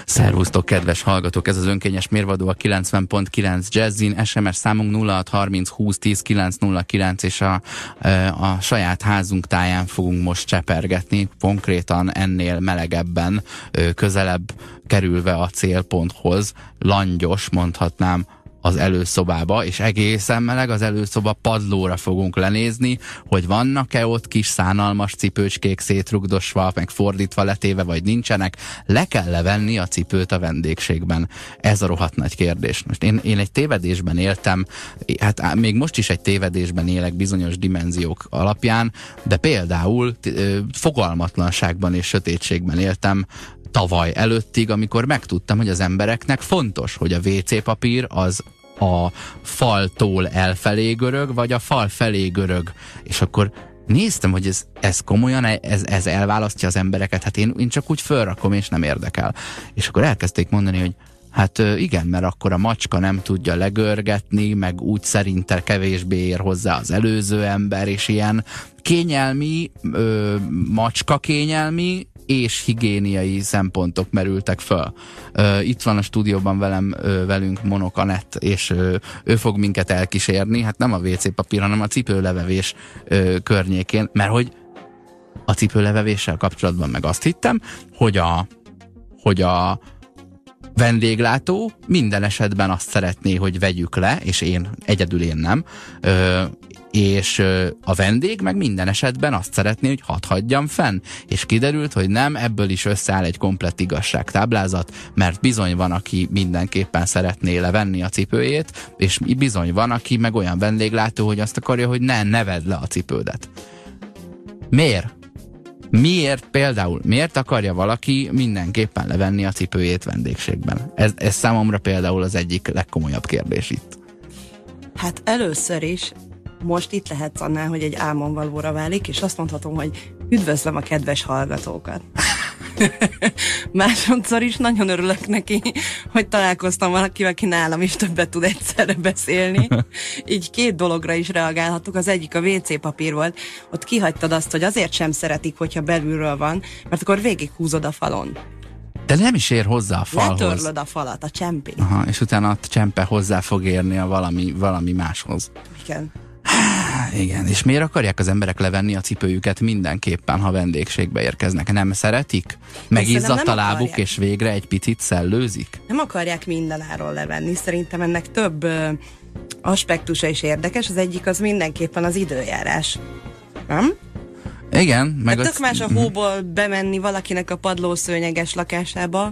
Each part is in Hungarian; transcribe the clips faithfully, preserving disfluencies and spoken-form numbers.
Szervusztok, kedves hallgatók! Ez az önkényes mérvadó a kilencven pont kilenc Jazzin. es em es számunk nulla hat harminc húsz tíz kilenc nulla kilenc, és a, a saját házunk táján fogunk most csepergetni, konkrétan ennél melegebben, közelebb kerülve a célponthoz, langyos, mondhatnám, az előszobába, és egészen meleg az előszoba padlóra fogunk lenézni, hogy vannak-e ott kis szánalmas cipőcskék szétrugdosva, meg fordítva letéve, vagy nincsenek. Le kell levenni a cipőt a vendégségben? Ez a rohadt nagy kérdés. Most én, én egy tévedésben éltem, hát még most is egy tévedésben élek bizonyos dimenziók alapján, de például fogalmatlanságban és sötétségben éltem tavaly előttig, amikor megtudtam, hogy az embereknek fontos, hogy a vé cé papír az a faltól elfelé görög, vagy a fal felé görög. És akkor néztem, hogy ez, ez komolyan, ez, ez elválasztja az embereket. Hát én, én csak úgy fölrakom, és nem érdekel. És akkor elkezdték mondani, hogy hát igen, mert akkor a macska nem tudja legörgetni, meg úgy szerinte kevésbé ér hozzá az előző ember, és ilyen kényelmi, ö, macska kényelmi, és higiéniai szempontok merültek föl. Uh, itt van a stúdióban velem, uh, velünk Monok Anett, és uh, ő fog minket elkísérni, hát nem a vé cé papír, hanem a cipőlevevés uh, környékén, mert hogy a cipőlevevéssel kapcsolatban meg azt hittem, hogy a, hogy a vendéglátó minden esetben azt szeretné, hogy vegyük le, és én, egyedül én nem, uh, és a vendég meg minden esetben azt szeretné, hogy hadd hagyjam fenn. És kiderült, hogy nem, ebből is összeáll egy komplett igazságtáblázat, mert bizony van, aki mindenképpen szeretné levenni a cipőjét, és bizony van, aki meg olyan vendéglátó, hogy azt akarja, hogy ne, ne vedd le a cipődet. Miért? Miért például, miért akarja valaki mindenképpen levenni a cipőjét vendégségben? Ez, ez számomra például az egyik legkomolyabb kérdés itt. Hát először is most itt lehetsz annál, hogy egy álmon valóra válik, és azt mondhatom, hogy üdvözlöm a kedves hallgatókat. Másodszor is nagyon örülök neki, hogy találkoztam valakivel, aki nálam is többet tud egyszerre beszélni. Így két dologra is reagálhatok. Az egyik a vé cé papír volt. Ott kihagytad azt, hogy azért sem szeretik, hogyha belülről van, mert akkor végighúzod a falon. De nem is ér hozzá a falhoz. Letörlöd a falat, a csempét. Aha, és utána a csempe hozzá fog érni a valami, valami máshoz. Igen. Igen, és miért akarják az emberek levenni a cipőjüket mindenképpen, ha vendégségbe érkeznek? Nem szeretik? Megizzadt a lábuk, akarják. És végre egy picit szellőzik? Nem akarják mindenáról levenni. Szerintem ennek több ö, aspektusa is érdekes. Az egyik az mindenképpen az időjárás. Nem? Igen. Meg hát az... tök más a hóból bemenni valakinek a padlószőnyeges lakásába,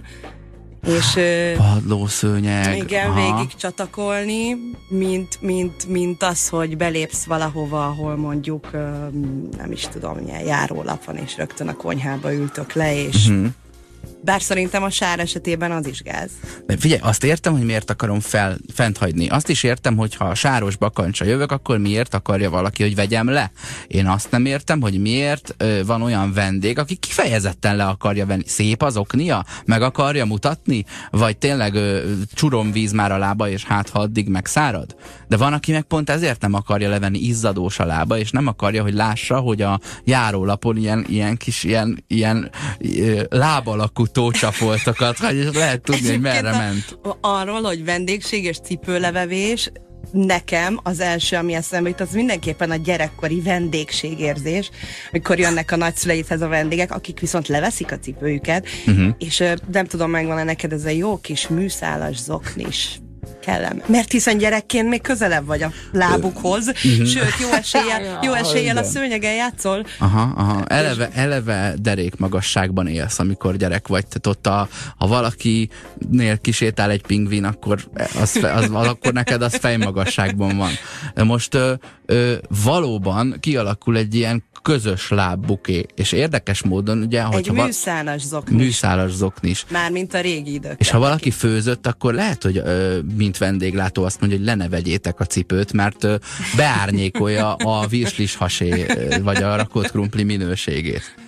és padlószőnyeg. Igen, aha. Végig csatakolni, mint, mint, mint az, hogy belépsz valahova, ahol mondjuk nem is tudom, milyen járólap van, és rögtön a konyhába ültök le, és uh-huh. Bár szerintem a sár esetében az is gáz. De figyelj, azt értem, hogy miért akarom fel, fent hagyni. Azt is értem, hogy ha a sáros bakancsra jövök, akkor miért akarja valaki, hogy vegyem le. Én azt nem értem, hogy miért ö, van olyan vendég, aki kifejezetten le akarja venni. Szép az oknia? Meg akarja mutatni? Vagy tényleg ö, csuromvíz már a lába, és hát ha addig megszárad? De van, aki meg pont ezért nem akarja levenni, izzadós a lába, és nem akarja, hogy lássa, hogy a járólapon ilyen, ilyen kis ilyen, ilyen ö, lábalakú tócsapoltokat, hogy lehet tudni, hogy merre ment. Arról, hogy vendégség és cipőlevevés, nekem az első, ami eszembe jut, az mindenképpen a gyerekkori vendégségérzés, amikor jönnek a nagyszüleidhez a vendégek, akik viszont leveszik a cipőjüket, uh-huh. és nem tudom, megvan-e neked ez a jó kis műszálas zoknis kellem. Mert hiszen gyerekként még közelebb vagy a lábukhoz, uh-huh. sőt, jó eséllyel, jó eséllyel a szőnyegen játszol. Aha, aha. Eleve, eleve derék magasságban élsz, amikor gyerek vagy. Tehát ott a, ha valakinél kisétál egy pingvin, akkor, az, az, az, akkor neked az fejmagasságban van. Most ö, ö, valóban kialakul egy ilyen közös lábbuké, és érdekes módon ugye, egy műszálas zoknis. Műszálas zoknis. Mármint a régi idők. És ha valaki főzött, akkor lehet, hogy ö, mint vendéglátó azt mondja, hogy le ne vegyétek a cipőt, mert ö, beárnyékolja a virslis hasé, ö, vagy a rakott krumpli minőségét.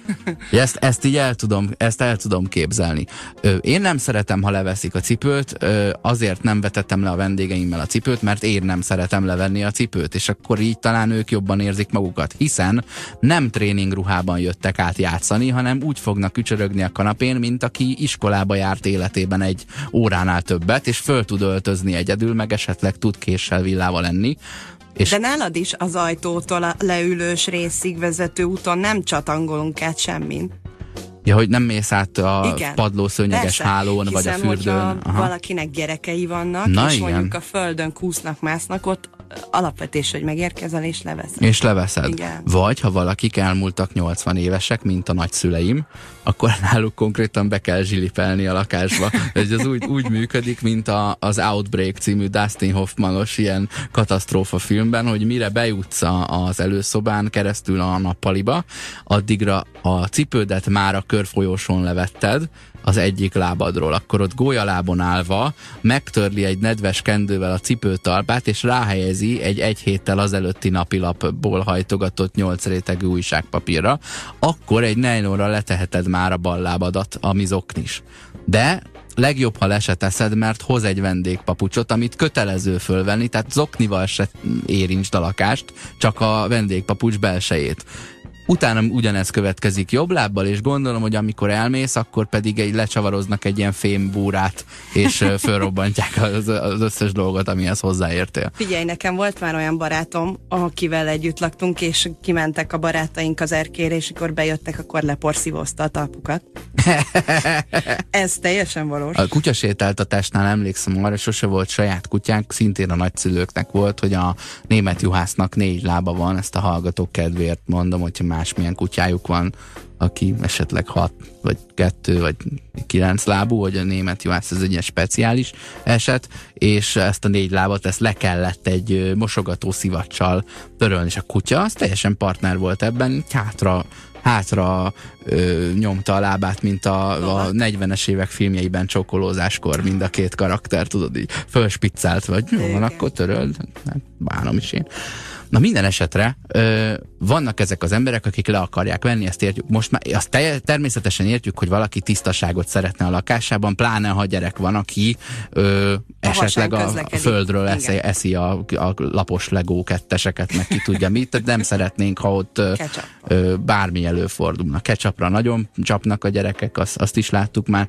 Ezt, ezt így el tudom, ezt el tudom képzelni. Ö, én nem szeretem, ha leveszik a cipőt, ö, azért nem vetettem le a vendégeimmel a cipőt, mert én nem szeretem levenni a cipőt, és akkor így talán ők jobban érzik magukat, hiszen nem tréningruhában jöttek át játszani, hanem úgy fognak ücsörögni a kanapén, mint aki iskolába járt életében egy óránál többet, és föl tud öltözni egyedül, meg esetleg tud késsel villával enni. És de nálad is az ajtótól a leülős részig vezető úton nem csatangolunk át semmin. Ja, hogy nem mész át a igen, padlószőnyeges persze, hálón, vagy a fürdőn. Aha. Valakinek gyerekei vannak, na és igen. mondjuk a földön kúsznak, másznak, ott alapvetés, hogy megérkezel és leveszed. És leveszed. Igen. Vagy ha valakik elmúltak nyolcvan évesek, mint a nagyszüleim, akkor náluk konkrétan be kell zsilipelni a lakásba. Ez az úgy, úgy működik, mint a, az Outbreak című Dustin Hoffmanos ilyen katasztrófa filmben, hogy mire bejutsz az előszobán keresztül a nappaliba, addigra a cipődet már a körfolyósón levetted, az egyik lábadról, akkor ott gólyalábon állva megtörli egy nedves kendővel a cipőtalpát, és ráhelyezi egy egy héttel azelőtti napilapból hajtogatott nyolc rétegű újságpapírra, akkor egy nejlonra leteheted már a bal lábadat, ami zoknis. De legjobb, ha le se teszed, mert hoz egy vendégpapucsot, amit kötelező fölvenni, tehát zoknival se érintsd a lakást, csak a vendégpapucs belsejét. Utána ugyanez következik jobb lábbal, és gondolom, hogy amikor elmész, akkor pedig egy lecsavaroznak egy ilyen fémbúrát, és fölrobbantják az, az összes dolgot, amihez hozzáértél. Figyelj, nekem volt már olyan barátom, akivel együtt laktunk, és kimentek a barátaink az erkére, és amikor bejöttek, akkor leporszívózta a talpukat. Ez teljesen valós. A kutyasétáltatásnál emlékszem arra, sose volt saját kutyánk, szintén a nagyszülőknek volt, hogy a német juhásznak négy lába van, ezt a hallgatók kedvéért mondom, hogyha másmilyen kutyájuk van, aki esetleg hat, vagy kettő, vagy kilenc lábú, hogy a német juhász, ez egy ilyen speciális eset, és ezt a négy lábat, ezt le kellett egy mosogató szivacsal törölni, és a kutya, az teljesen partner volt ebben, hátra hátra ö, nyomta a lábát, mint a, a negyvenes évek filmjeiben csókolózáskor mind a két karakter, tudod, így fölspiccált, vagy jó van, akkor töröld, hát, bánom is én. Na minden esetre ö, vannak ezek az emberek, akik le akarják venni, ezt értjük. Most már azt te, természetesen értjük, hogy valaki tisztaságot szeretne a lakásában, pláne ha gyerek van, aki ö, esetleg a, a földről eszi, eszi a, a lapos legó ketteseket, meg ki tudja mit, tehát nem szeretnénk, ha ott ö, ö, bármi előfordulna. Ketchupra nagyon csapnak a gyerekek, azt, azt is láttuk már.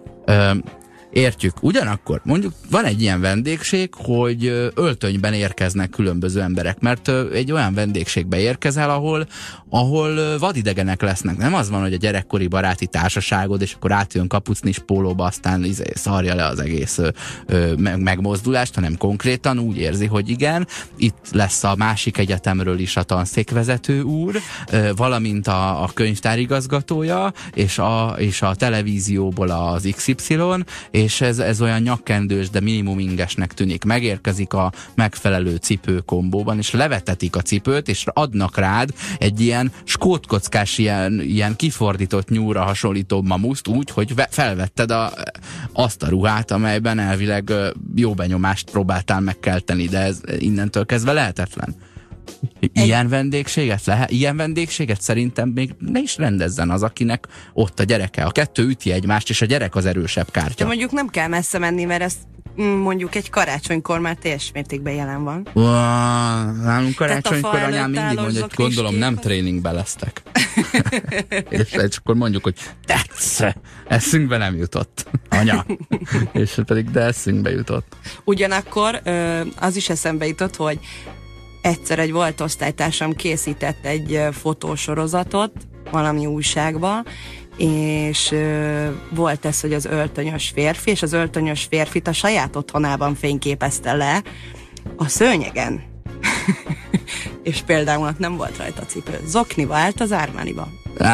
Ö, Értjük. Ugyanakkor mondjuk van egy ilyen vendégség, hogy öltönyben érkeznek különböző emberek, mert egy olyan vendégségbe érkezel, ahol, ahol vadidegenek lesznek. Nem az van, hogy a gyerekkori baráti társaságod, és akkor átjön kapucnis pólóba, aztán izé, szarja le az egész ö, meg, megmozdulást, hanem konkrétan úgy érzi, hogy igen, itt lesz a másik egyetemről is a tanszékvezető úr, ö, valamint a, a könyvtárigazgatója, és a, és a televízióból az iksz ipszilon, és ez, ez olyan nyakkendős, de minimum ingesnek tűnik. Megérkezik a megfelelő cipőkombóban, és levetetik a cipőt, és adnak rád egy ilyen skótkockás, ilyen, ilyen kifordított nyúlra hasonlító mamuszt úgy, hogy felvetted a, azt a ruhát, amelyben elvileg jó benyomást próbáltál megkelteni, de ez innentől kezdve lehetetlen. Ilyen vendégséget lehet, ilyen vendégséget szerintem még ne is rendezzen az, akinek ott a gyereke. A kettő üti egymást, és a gyerek az erősebb kártya. De mondjuk nem kell messze menni, mert ez mondjuk egy karácsonykor már teljes mértékben jelen van. Wow, nálunk karácsonykor anyám mindig mondja, hogy gondolom nem tréningbe lesztek. és, és akkor mondjuk, hogy tetsz, eszünkbe nem jutott. Anya. És pedig de eszünkbe jutott. Ugyanakkor az is eszembe jutott, hogy egyszer egy volt osztálytársam készített egy fotósorozatot valami újságba, és ö, volt ez, hogy az öltönyös férfi, és az öltönyös férfit a saját otthonában fényképezte le a szőnyegen. És például nem volt rajta cipő. Zokniba állt az Armaniba.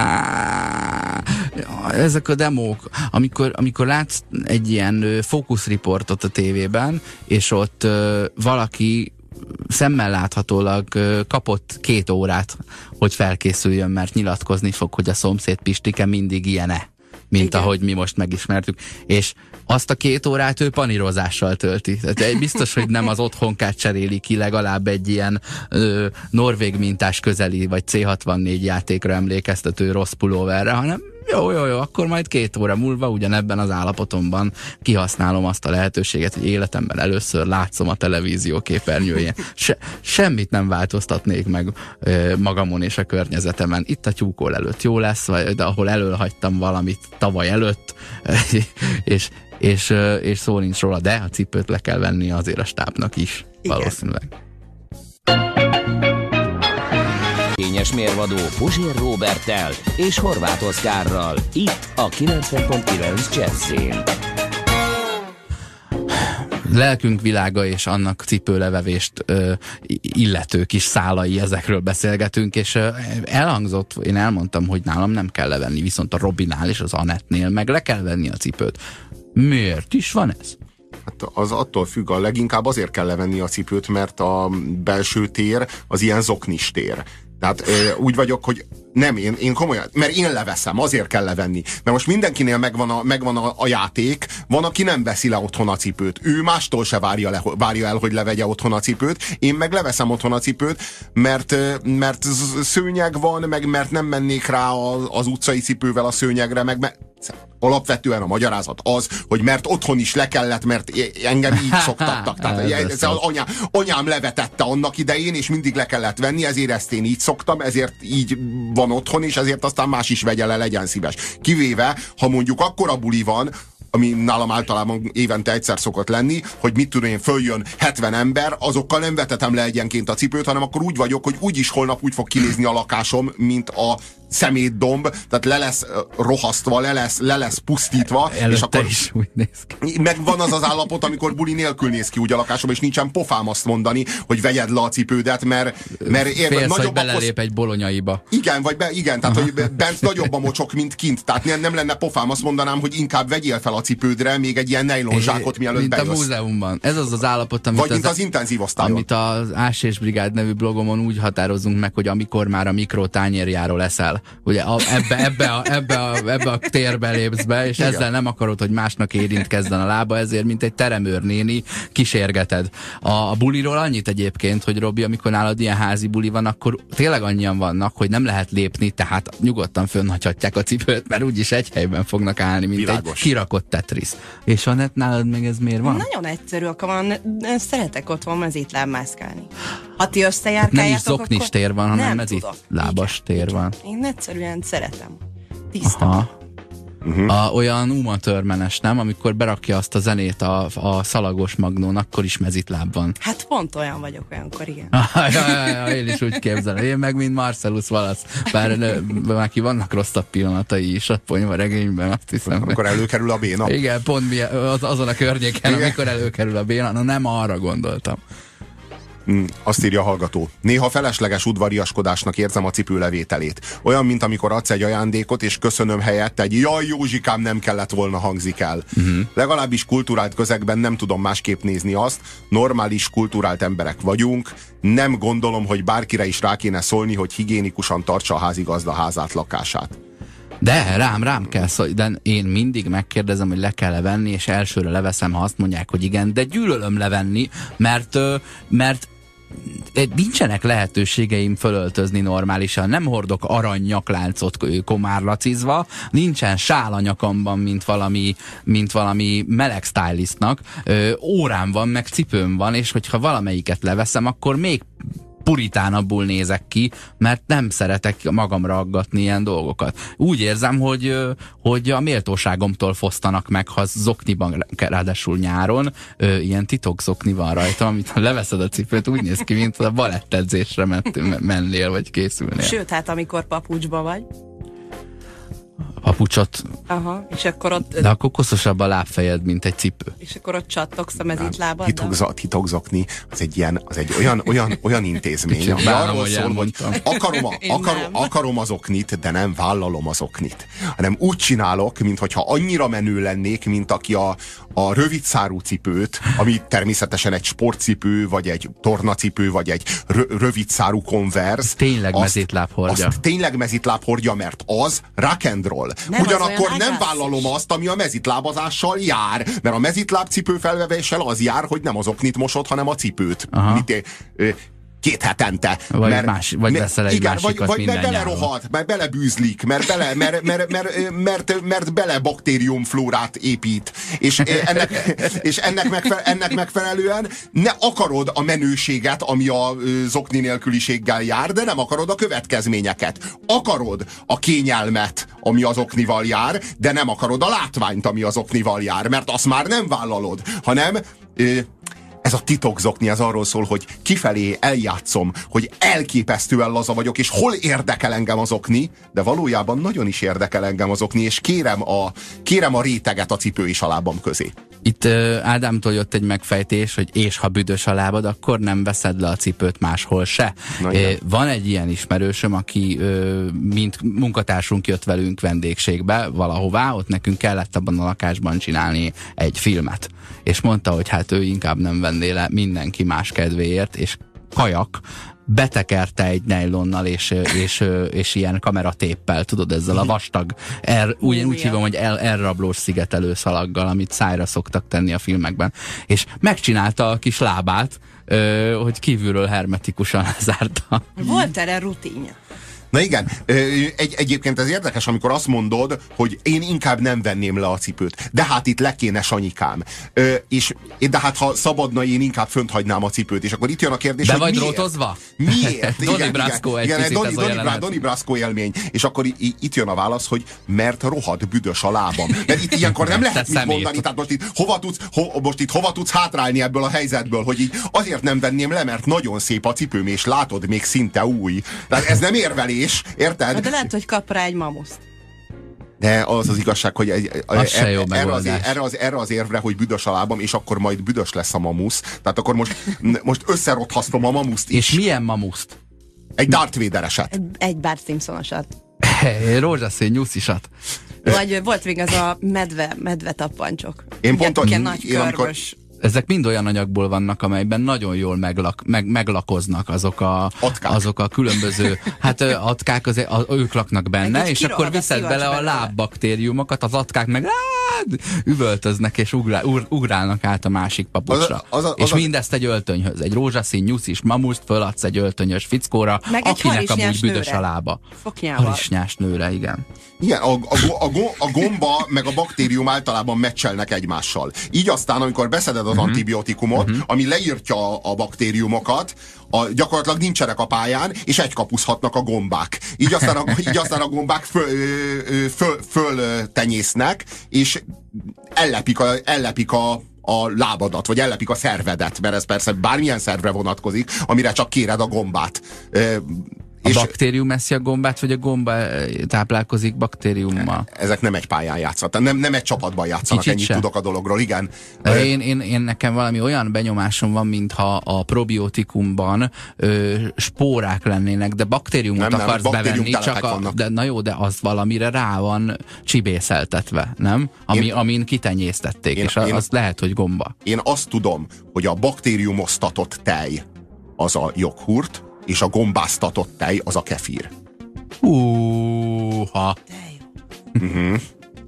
Á, ezek a demók, amikor, amikor látsz egy ilyen fókuszriportot a tévében, és ott ö, valaki szemmel láthatólag kapott két órát, hogy felkészüljön, mert nyilatkozni fog, hogy a szomszéd Pistike mindig ilyen-e. mint Igen. ahogy mi most megismertük. És azt a két órát ő panírozással tölti. Tehát biztos, hogy nem az otthonkát cseréli ki, legalább egy ilyen ö, norvég mintás közeli, vagy cé hatvannégy játékra emlékeztető rossz pulóverre, hanem jó, jó, jó, akkor majd két óra múlva ugyanebben az állapotomban kihasználom azt a lehetőséget, hogy életemben először látszom a televízió képernyőjén. Se, semmit nem változtatnék meg ö, magamon és a környezetemen. Itt a tyúkol előtt jó lesz, vagy, de ahol elől hagytam valamit tavaly előtt, és, és, és szó nincs róla, de a cipőt le kell venni azért a stábnak is, igen. Valószínűleg. Kényes mérvadó Puzsér Róberttel és Horváth Oszkárral. Itt a kilencven pont kilenc Jazzin. Lelkünk világa és annak cipőlevevést ö, illető kis szálai, ezekről beszélgetünk, és ö, elhangzott, én elmondtam, hogy nálam nem kell levenni, viszont a Robinál és az Anettnél meg le kell venni a cipőt. Miért is van ez? Hát az attól függ, a leginkább azért kell levenni a cipőt, mert a belső tér az ilyen zoknis tér. Tehát ö, úgy vagyok, hogy nem, én, én komolyan, mert én leveszem, azért kell levenni. Mert most mindenkinél megvan a, megvan a, a játék, van, aki nem veszi le otthon a cipőt. Ő mástól se várja, le, várja el, hogy levegye otthon a cipőt. Én meg leveszem otthon a cipőt, mert, mert szőnyeg van, meg mert nem mennék rá az, az utcai cipővel a szőnyegre, meg mert alapvetően a magyarázat az, hogy mert otthon is le kellett, mert engem így szoktattak. Tehát ez az anyám, anyám levetette annak idején, és mindig le kellett venni, ezért ezt én így szoktam, ezért így van otthon, és ezért aztán más is vegye le, legyen szíves. Kivéve, ha mondjuk akkora buli van, ami nálam általában évente egyszer szokott lenni, hogy mit tudom én, följön hetven ember, azokkal nem vetetem le egyenként a cipőt, hanem akkor úgy vagyok, hogy úgyis holnap úgy fog kinézni a lakásom, mint a szemétdomb, tehát le lesz rohasztva, le lesz, le lesz pusztítva, előtte és akkor is úgy néz ki. meg van az az állapot, amikor buli nélkül néz ki úgy a lakásom, és nincsen pofám azt mondani, hogy vegyed le a cipődet, mert, mert Félsz, nagyobb hogy belelép egy bolonyaiba. Igen, vagy be, igen, tehát hogy bent nagyobb a mocsok, mint kint, tehát nem, nem lenne pofám, azt mondanám, hogy inkább vegyél fel a cipődre még egy ilyen nejlonzsákot, mielőtt mint bejössz. Mint a múzeumban. Ez az az állapot, amit vagy mint az, az intenzív osztályon. Amit az Ás és Brigád nevű blogomon úgy határozunk meg, hogy amikor már a mikrotányérjáról leszel. Ugye a, ebbe, ebbe, a, ebbe, a, ebbe a térbe lépsz be, és igen. Ezzel nem akarod, hogy másnak érintkezzen a lába, ezért mint egy teremőrnéni kísérgeted. A, a buliról annyit egyébként, hogy Robi, amikor nálad ilyen házi buli van, akkor tényleg annyian vannak, hogy nem lehet lépni, tehát nyugodtan fönnhagyhatják a cipőt, mert úgyis egy helyben fognak állni, mint világos. Egy kirakott Tetris. És Anett, nálad meg ez miért van? Nagyon egyszerű oka van. Szeretek otthon mezitláb mászkálni. Ha ti összejárkáljátok, nem is zoknis akkor... tér van, hanem nem ez tudok. itt lábas igen, tér van. Én egyszerűen szeretem. Tiszta. Aha. Uh-huh. A, olyan Uma Thurmanes, nem? Amikor berakja azt a zenét a, a szalagos magnón, akkor is mezitláb van. Hát pont olyan vagyok olyankor, igen. ja, ja, ja, én is úgy képzelem. Én meg, mint Marcellus Wallace. Bár neki vannak rosszabb pillanatai is a Ponyva regényben, azt hiszem. Amikor előkerül a béna. Igen, pont mi, az, azon a környéken, igen. Amikor előkerül a béna. Na nem arra gondoltam. Mm, azt írja a hallgató. Néha felesleges udvariaskodásnak érzem a cipőlevételét. Olyan, mint amikor adsz egy ajándékot, és köszönöm helyett egy jaj, Józsikám, nem kellett volna hangzik el. Uh-huh. Legalábbis kulturált közegben nem tudom másképp nézni azt, normális, kulturált emberek vagyunk, nem gondolom, hogy bárkire is rá kéne szólni, hogy higiénikusan tartsa a házigazda házát, lakását. De rám, rám kell szólni, de én mindig megkérdezem, hogy le kell venni, és elsőre leveszem, ha azt mondják, hogy igen, de gyűlölöm levenni, mert, mert nincsenek lehetőségeim fölöltözni normálisan, nem hordok aranynyakláncot komárlacizva, nincsen sál a nyakamban, mint valami, mint valami meleg stylistnak, órám van, meg cipőm van, és hogyha valamelyiket leveszem, akkor még puritánabbul nézek ki, mert nem szeretek magamra aggatni ilyen dolgokat. Úgy érzem, hogy, hogy a méltóságomtól fosztanak meg, ha zokniban, ráadásul nyáron, ilyen titok zokni van rajta, amit ha leveszed a cipőt, úgy néz ki, mint a balettedzésre mennél, vagy készülnél. Sőt, hát amikor papucsba vagy. Papucsot. Aha, és akkor ott... De akkor koszosabb a lábfejed, mint egy cipő. És akkor ott csattogsz a mezitlábaddal. Titokzok, titokzokni, az egy ilyen, az egy olyan, olyan, olyan intézmény, ami arról szól, hogy akarom, a, akarom, akarom az oknit, de nem vállalom az oknit. Hanem úgy csinálok, mintha annyira menő lennék, mint aki a, a rövidszárú cipőt, ami természetesen egy sportcipő, vagy egy tornacipő, vagy egy rövidszárú Converse. Tényleg azt, mezitláb hordja. Azt tényleg mezitláb hordja, mert az rock and roll. Nem, Ugyanakkor az nem vállalom azt, ami a mezitlábazással jár, mert a mezitláb-cipő felvevéssel az jár, hogy nem az oknit mosod, hanem a cipőt. Mit, ö, két hetente. Vagy, mert, más, vagy mert, veszel egy igen, másikat vagy, vagy minden mert belerohad, mert belebűzlik, mert, bele, mert, mert, mert, mert, mert bele baktériumflórát épít. És ennek, és ennek, megfelel, ennek megfelelően ne akarod a menőséget, ami a zokni nélküliséggel jár, de nem akarod a következményeket. Akarod a kényelmet, ami az oknival jár, de nem akarod a látványt, ami az oknival jár, mert azt már nem vállalod, hanem... Ez a titokzokni, ez arról szól, hogy kifelé eljátszom, hogy elképesztően laza vagyok, és hol érdekel engem az okni, de valójában nagyon is érdekel engem az okni, és kérem a, kérem a réteget a cipő és a lábam közé. Itt uh, Ádámtól jött egy megfejtés, hogy és ha büdös a lábad, akkor nem veszed le a cipőt máshol se. Uh, van egy ilyen ismerősöm, aki uh, mint munkatársunk jött velünk vendégségbe valahová, ott nekünk kellett abban a lakásban csinálni egy filmet. És mondta, hogy hát ő inkább nem venné le mindenki más kedvéért, és kajak betekerte egy nejlonnal és, és, és ilyen kameratéppel, tudod, ezzel a vastag, er, úgy, úgy hívom, hogy el, elrablós szigetelő szalaggal, amit szájra szoktak tenni a filmekben. És megcsinálta a kis lábát, ö, hogy kívülről hermetikusan lezárta. Volt erre rutinja. Na igen, egy, egyébként ez érdekes, amikor azt mondod, hogy én inkább nem venném le a cipőt. De hát itt le kéne, Sanyikám. És, de hát ha szabadna, én inkább fönt hagynám a cipőt. És akkor itt jön a kérdés, Be hogy vagy miért? drótozva? Miért? Donnie Brasco egy igen, picit Donnie, ez a Donnie, jelenet. Donnie Brasco élmény. És akkor itt jön a válasz, hogy mert rohadt büdös a lábam. Mert itt ilyenkor nem lehet mit mondani. Tehát most itt, hova tudsz, ho, most itt hova tudsz hátrálni ebből a helyzetből, hogy így azért nem venném le, mert nagyon szép a cipőm, és látod, még szinte új. Tehát ez nem érvelés, érted? De lehet, hogy kap rá egy mamuszt. De az az igazság, hogy egy, az er, jó erre, az, erre, az, erre az érvre, hogy büdös a lábam, és akkor majd büdös lesz a mamusz. Tehát akkor most, most összerothasztom a mamuszt is. És milyen mamuszt? Egy Darth Vader-eset. Egy, egy Bart Simpson-osat. Rózsaszín nyuszisat. Vagy volt még az a medve, medve tappancsok. Én pont ilyen nagy én, amikor, ezek mind olyan anyagból vannak, amelyben nagyon jól meglak, meg, meglakoznak azok a, azok a különböző, hát atkák, az, a, ők laknak benne, és akkor viszed bele a lábbaktériumokat, az atkák meg ád, üvöltöznek és ugrál, ugrálnak át a másik papucsra. Az, az, az, és az, mindezt egy öltönyhöz, egy rózsaszín nyuszis mamuszt föladsz egy öltönyös fickóra, meg akinek amúgy büdös nőre. A lába. Foknyával. Harisnyás nőre, igen. Igen, a, a, a, a gomba meg a baktérium általában meccselnek egymással. Így aztán, amikor beszeded az uh-huh. antibiotikumot, uh-huh. ami leírtja a, a baktériumokat, a, gyakorlatilag nincsenek a pályán, és egykapuszhatnak a gombák. Így aztán a, így aztán a gombák föl, föl, föl tenyésznek, és ellepik a, ellepik a a lábadat, vagy ellepik a szervedet, mert ez persze bármilyen szervre vonatkozik, amire csak kéred a gombát. A és baktérium eszi a gombát, vagy a gomba táplálkozik baktériummal? Ezek nem egy pályán játszanak, nem, nem egy csapatban játszanak, kicsit ennyit se tudok a dologról, igen. Én, én, én nekem valami olyan benyomásom van, mintha a probiotikumban ö, spórák lennének, de baktériumot nem, akarsz nem, bevenni, csak a, de, na jó, de az valamire rá van csibészeltetve, nem? Ami, én, amin kitenyésztették, én, és az, én, az lehet, hogy gomba. Én azt tudom, hogy a baktériumosztatott tej az a joghurt, és a gombáztatott tej az a kefír. Húha. Uh-huh.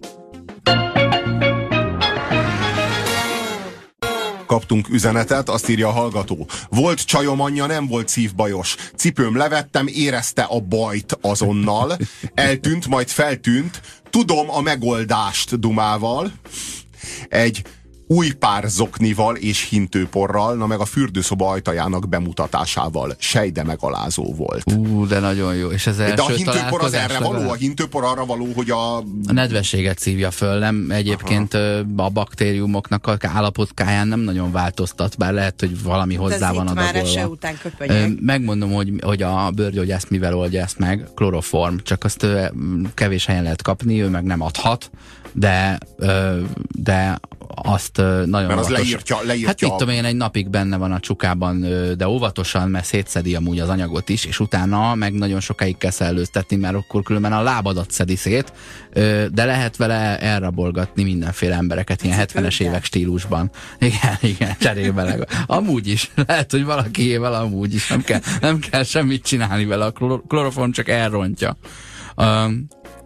Kaptunk üzenetet, azt írja a hallgató. Volt csajom anyja, nem volt szívbajos. Cipőm levettem, érezte a bajt azonnal. Eltűnt, majd feltűnt. Tudom a megoldást dumával. Egy új pár zoknival és hintőporral, na meg a fürdőszoba ajtajának bemutatásával. Sejde megalázó volt. Ú, de nagyon jó. És ez de a hintőpor az erre való, a hintőpor arra való, hogy a... A nedvességet szívja föl, nem? Egyébként aha. A baktériumoknak a állapotkáján nem nagyon változtat, bár lehet, hogy valami hozzá van adagolva. Után köpönyeg. Megmondom, hogy, hogy a bőrgyógyász mivel oldja ezt meg, kloroform, csak azt kevés helyen lehet kapni, ő meg nem adhat, de, de azt nagyon mert az óvatos. leírtja, leírtja. Hát mit tudom én, egy napig benne van a csukában, de óvatosan, mert szétszedi amúgy az anyagot is, és utána meg nagyon sokáig kell szellőztetni, mert akkor különben a lábadat szedi szét, de lehet vele elrabolgatni mindenféle embereket, ilyen hetvenes évek stílusban. Igen, igen, cserébe. Amúgy is. Lehet, hogy valakiével amúgy is. Nem kell, nem kell semmit csinálni vele, a kloroform csak elrontja. Um,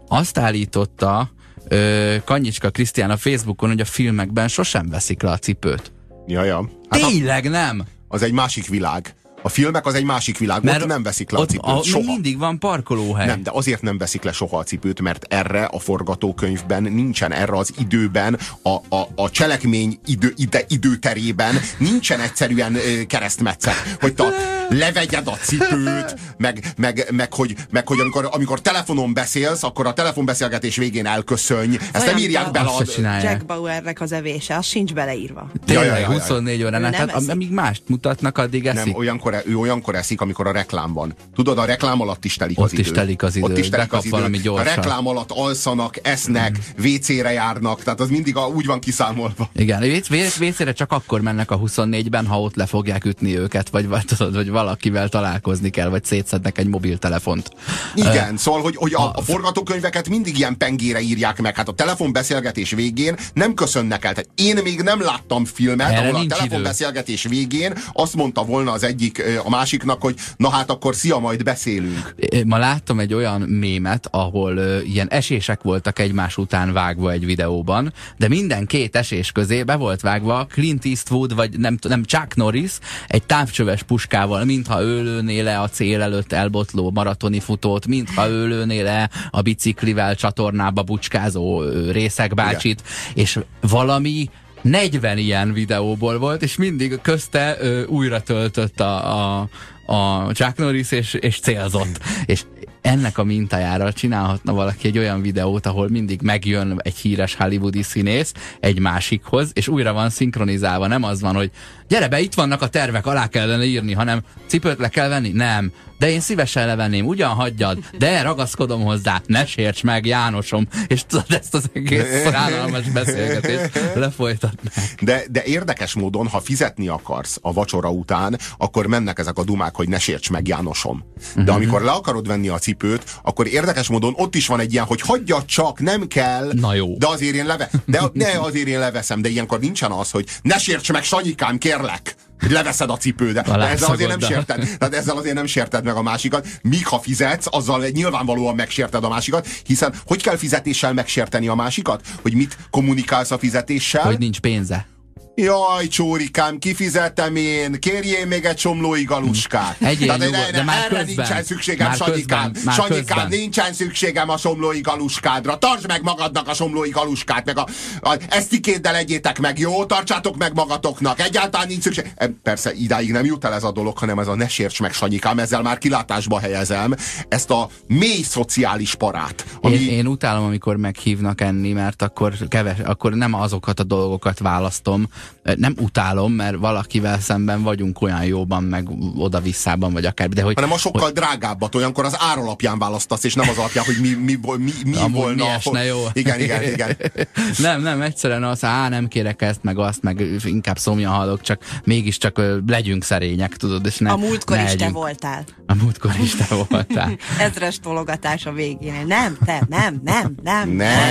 azt állította ö, Kanyicska Krisztián a Facebookon, hogy a filmekben sosem veszik le a cipőt. Jaja. Hát Tényleg nem? Az egy másik világ. A filmek az egy másik világ, mert ott nem veszik le a cipőt. A, soha. mindig van parkolóhely. Nem, de azért nem veszik le soha a cipőt, mert erre a forgatókönyvben nincsen, erre az időben, a, a, a cselekmény idő, ide, időterében nincsen egyszerűen ö, keresztmetszet, hogy te levegyed a cipőt, meg, meg, meg hogy, meg, hogy amikor, amikor telefonon beszélsz, akkor a telefonbeszélgetés végén elköszönj. Ezt nem írják bele a... Jack Bauernek az evése, az sincs beleírva. Tényleg, ja, ja, ja, ja. huszonnégy órán, tehát amíg mást mutatnak, addig eszik. Nem, olyankor, ő olyankor eszik, amikor a reklám van. Tudod, a reklám alatt is telik Ott az idő. is telik az idő, Ott is telik az idő. valami gyorsan. A reklám alatt alszanak, esznek, mm. vécére járnak, tehát az mindig a, úgy van kiszámolva. Igen, vécére csak akkor mennek a huszonnégyben, ha ott le fogják ütni őket, vagy, vagy, tudod, vagy valakivel találkozni kell, vagy szétszednek egy mobiltelefont. Igen, uh, szóval, hogy, hogy a, a, a forgatókönyveket mindig ilyen pengére írják meg. Hát a telefonbeszélgetés végén nem köszönnek el. Tehát én még nem láttam filmet, ahol a telefonbeszélgetés végén azt mondta volna az egyik a másiknak, hogy na hát akkor szia, majd beszélünk. Ma láttam egy olyan mémet, ahol uh, ilyen esések voltak egymás után vágva egy videóban, de minden két esés közé be volt vágva Clint Eastwood, vagy nem, nem Chuck Norris, egy távcsöves puskával, mintha ő lőné le a cél előtt elbotló maratoni futót, mintha ő lőné le a biciklivel csatornába bucskázó uh, Részeg bácsit, igen. És valami negyven ilyen videóból volt, és mindig közte ö, újra töltött a, a, a Chuck Norris, és, és célzott. És ennek a mintájára csinálhatna valaki egy olyan videót, ahol mindig megjön egy híres hollywoodi színész egy másikhoz, és újra van szinkronizálva. Nem az van, hogy gyere be, itt vannak a tervek, alá kellene írni, hanem cipőt le kell venni? Nem. De én szívesen levenném, ugyan hagyjad, de ragaszkodom hozzá, ne sérts meg, Jánosom, és tudod, ezt az egész szállalmas beszélgetést lefolytatnák. De, de érdekes módon, ha fizetni akarsz a vacsora után, akkor mennek ezek a dumák, hogy ne sérts meg, Jánosom. De uh-huh. amikor le akarod venni a cipőt, akkor érdekes módon ott is van egy ilyen, hogy hagyjad csak, nem kell, na jó. De azért én leve, de ne, azért én leveszem, de ilyenkor nincsen az, hogy ne sérts meg, Sanyikám, kérlek, hogy leveszed a cipődet. De ezzel azért nem sérted, tehát ezzel azért nem sérted meg a másikat. Míg ha fizetsz, azzal nyilvánvalóan megsérted a másikat, hiszen hogy kell fizetéssel megsérteni a másikat? Hogy mit kommunikálsz a fizetéssel? Hogy nincs pénze. Jaj, csórikám, kifizettem én, kérjél még egy somlói galuskát. Egyéb Tehát, nyugodt, de már erre közben, nincsen szükségem, már Sanyikám. közben, már Sanyikám, közben. nincsen szükségem a somlói galuskádra. Tartsd meg magadnak a somlói galuskát, meg a, a esztikéddel egyétek meg, jó? Tartsátok meg magatoknak. Egyáltalán nincs szükség. E, persze, idáig nem jut el ez a dolog, hanem ez a ne sérts meg, Sanyikám, ezzel már kilátásba helyezem ezt a mély szociális parát. Ami... Én, én utálom, amikor meghívnak enni, mert akkor, keves, akkor nem azokat a dolgokat választom. Nem utálom, mert valakivel szemben vagyunk olyan jóban, meg oda-visszában, vagy akár. De hogy, hanem a sokkal hogy... drágábbat, olyankor az ár alapján választasz, és nem az alapján, hogy mi, mi, mi, mi volna. Mi esne, jó? Igen, igen, igen. nem, nem, egyszerűen az, á, nem kérek ezt, meg azt, meg inkább szomjan hallok, csak mégiscsak legyünk szerények, tudod, és ne, a múltkor ne is te legyünk. voltál. A múltkor is te voltál. Ezres tologatás a végén. Nem, te, nem, nem, nem.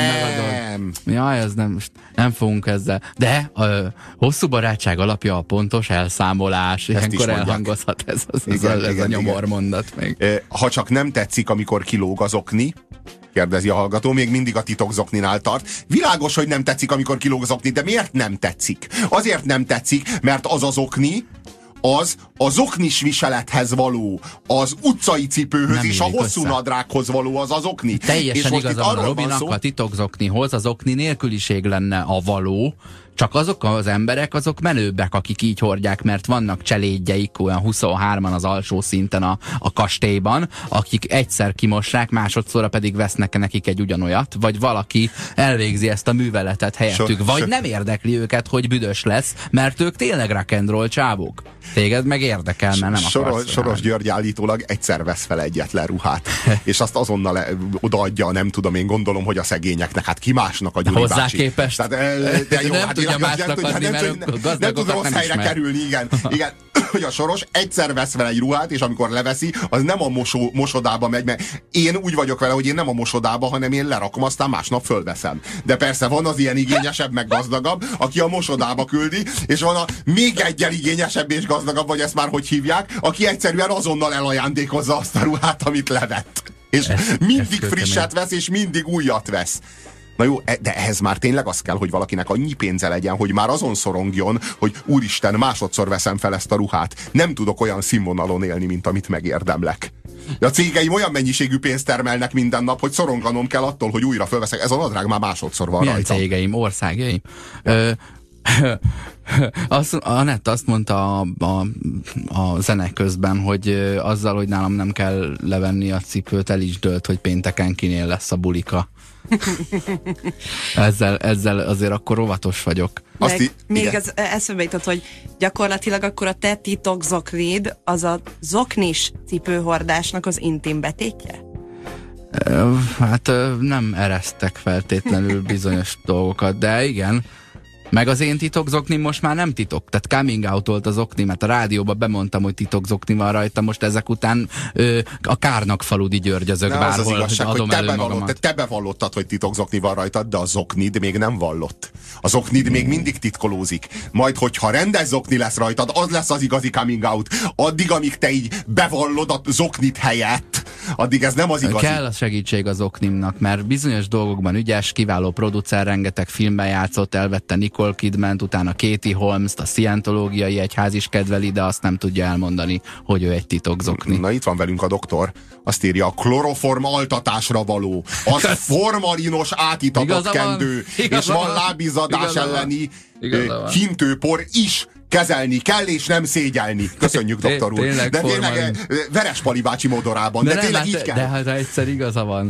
Nem. Jaj, az nem, nem fogunk ezzel. De a hosszú barátság alapja a pontos elszámolás. Ilyenkor elhangozhat ez, az, igen, ez, ez igen, a nyomormondat még. Ha csak nem tetszik, amikor kilóg az okni, kérdezi a hallgató, még mindig a titokzokninál tart. Világos, hogy nem tetszik, amikor kilóg az okni, de miért nem tetszik? Azért nem tetszik, mert az az okni, az a zoknis viselethez való, az utcai cipőhöz nem és a hosszú össze. Nadrághoz való az az okni. Teljesen igazán a Robinak szó... a titokzoknihoz az okni nélküliség lenne a való, csak azok az emberek, azok menőbbek, akik így hordják, mert vannak cselédjeik, olyan huszonhárman az alsó szinten a, a kastélyban, akik egyszer kimossák, másodszorra pedig vesznek nekik egy ugyanolyat, vagy valaki elvégzi ezt a műveletet helyettük, so, vagy so. nem érdekli őket, hogy büdös lesz, mert ők tényleg rock and roll csávók. Téged meg érdekel, mert nem Soros, akarsz. Soros György állítólag egyszer vesz fel egyetlen ruhát, és azt azonnal le, odaadja, nem tudom, én gondolom, hogy a szegényeknek, hát ki másnak a Gyuri hozzá bácsi. képest. Tehát, de, de jó, nem hát tudja világos, másnak nem, adni, nem, mert nem, nem, nem tud rossz nem helyre ismer. kerülni, igen. igen. Hogy a Soros egyszer vesz fel egy ruhát, és amikor leveszi, az nem a mosó, mosodába megy, mert én úgy vagyok vele, hogy én nem a mosodába, hanem én lerakom, aztán másnap fölveszem. De persze van az ilyen igényesebb, meg gazdagabb, aki a mosodába küldi, és van a még egyel igényesebb és gazdagabb, vagy ezt már hogy hívják, aki egyszerűen azonnal elajándékozza azt a ruhát, amit levett. és ez, mindig ez frisset vesz, és mindig újat vesz. Na jó, de ehhez már tényleg az kell, hogy valakinek annyi pénze legyen, hogy már azon szorongjon, hogy úristen, másodszor veszem fel ezt a ruhát. Nem tudok olyan színvonalon élni, mint amit megérdemlek. A cégeim olyan mennyiségű pénzt termelnek minden nap, hogy szoronganom kell attól, hogy újra fölveszek. Ez a nadrág már másodszor van Milyen rajta. cégeim, országaim? Ö, azt, Anett azt mondta a, a, a zene közben, hogy azzal, hogy nálam nem kell levenni a cipőt, el is dőlt, hogy pénteken kinél lesz a bulika. ezzel, ezzel azért akkor óvatos vagyok. Meg Azt még igen. ez eszembe jutott, hogy gyakorlatilag akkor a te titok zoknid az a zoknis cipőhordásnak az intim betétje? Ö, Hát ö, nem eresztek feltétlenül bizonyos dolgokat, de igen. Meg az én titokzoknim most már nem titok. Tehát coming out-olt az okni, mert a rádióban bemondtam, hogy titokzokni van rajta, most ezek után ö, a Kárnak faludi Györgyözök De bárhol, az az igazság, hogy adom hogy te, elő bevallott, magamat. te bevallottad, hogy titokzokni van rajtad, de a zoknid még nem vallott. A zoknid még mindig titkolózik. Majd, hogyha rendes zokni lesz rajtad, az lesz az igazi coming out. Addig, amíg te így bevallod a zoknit helyett, addig ez nem az igazi. Kell a segítség az oknimnak, mert bizonyos dolgokban ügyes, kiváló producer, rengeteg filmben játszott, elvette Nicole Kidmant, utána Katie Holmes-t, a szientológiai egyház is kedveli, de azt nem tudja elmondani, hogy ő egy titokzokni. Na itt van velünk a doktor. Azt írja, a kloroform altatásra való, az formalinos átitatott Igaza van. kendő, Igaza és van van. lábizadás Igaza van. elleni Igaza ö, van. hintőpor is kezelni kell, és nem szégyelni. Köszönjük, Té- doktor úr. tényleg De tényleg formalin. ö, Verespali bácsi modorában, de, de nem, tényleg hát, így kell. de hát egyszer igaza van.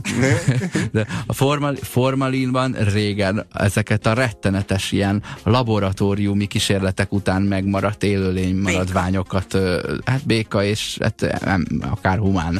De a formal, formalinban régen ezeket a rettenetes ilyen laboratóriumi kísérletek után megmaradt élőlény maradványokat, ö, hát béka és hát, nem, akár humán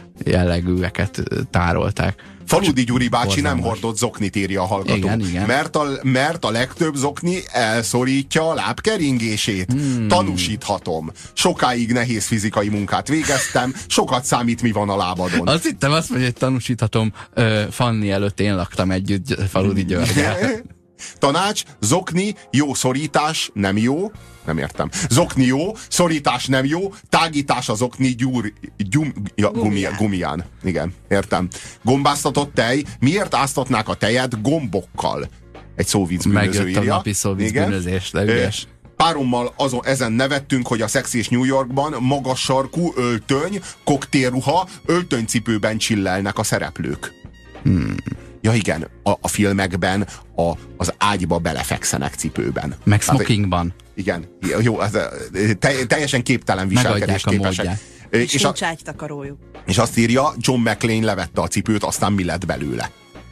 jellegűeket ö, tárolták. Faludi Gyuri bácsi nem Borzalmas. hordott zoknit, írja a hallgató. Igen, igen. Mert, a, mert a legtöbb zokni elszorítja a lábkeringését. Hmm. Tanúsíthatom. Sokáig nehéz fizikai munkát végeztem, sokat számít, mi van a lábadon. Azt hittem, azt mondja, hogy tanúsíthatom, ö, Fanni előtt én laktam együtt Faludi Györgyel. Tanács, zokni, jó szorítás, nem jó. Nem értem. Zokni jó, szorítás nem jó, tágítás az okni gyúr, gyum, ja, gumi, gumiján. Igen, értem. Gombáztatott tej, miért áztatnák a tejet gombokkal? Egy szóvic bűnöző Megjött a írja. napi szóvic Igen. bűnözés, de ügyes. Párommal azon, ezen nevettünk, hogy a Szex és New Yorkban magas sarkú öltöny, koktélruha, öltönycipőben csillelnek a szereplők. Hmm. Ja igen, a, a filmekben a, az ágyba belefekszenek cipőben. Meg Tehát, smokingban. igen, jó, az, te, teljesen képtelen viselkedés Megadják a képesek. módját. És És, a, nincs ágytakarójuk. és azt írja, John McClane levette a cipőt, aztán mi lett belőle?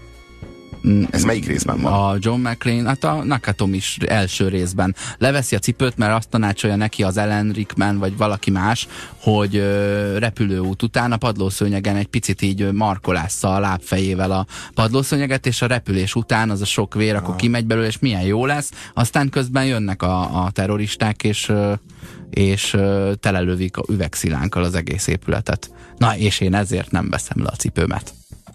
Ez melyik részben van? A John McClane, hát a Nakatom is első részben leveszi a cipőt, mert azt tanácsolja neki az Alan Rickman, vagy valaki más, hogy ö, repülőút után a padlószőnyegen egy picit így markolásza a lábfejével a padlószőnyeget, és a repülés után az a sok vér, akkor kimegy belőle, és milyen jó lesz. Aztán közben jönnek a, a terroristák, és, ö, és ö, telelövik a üvegszilánkkal az egész épületet. Na, és én ezért nem veszem le a cipőmet.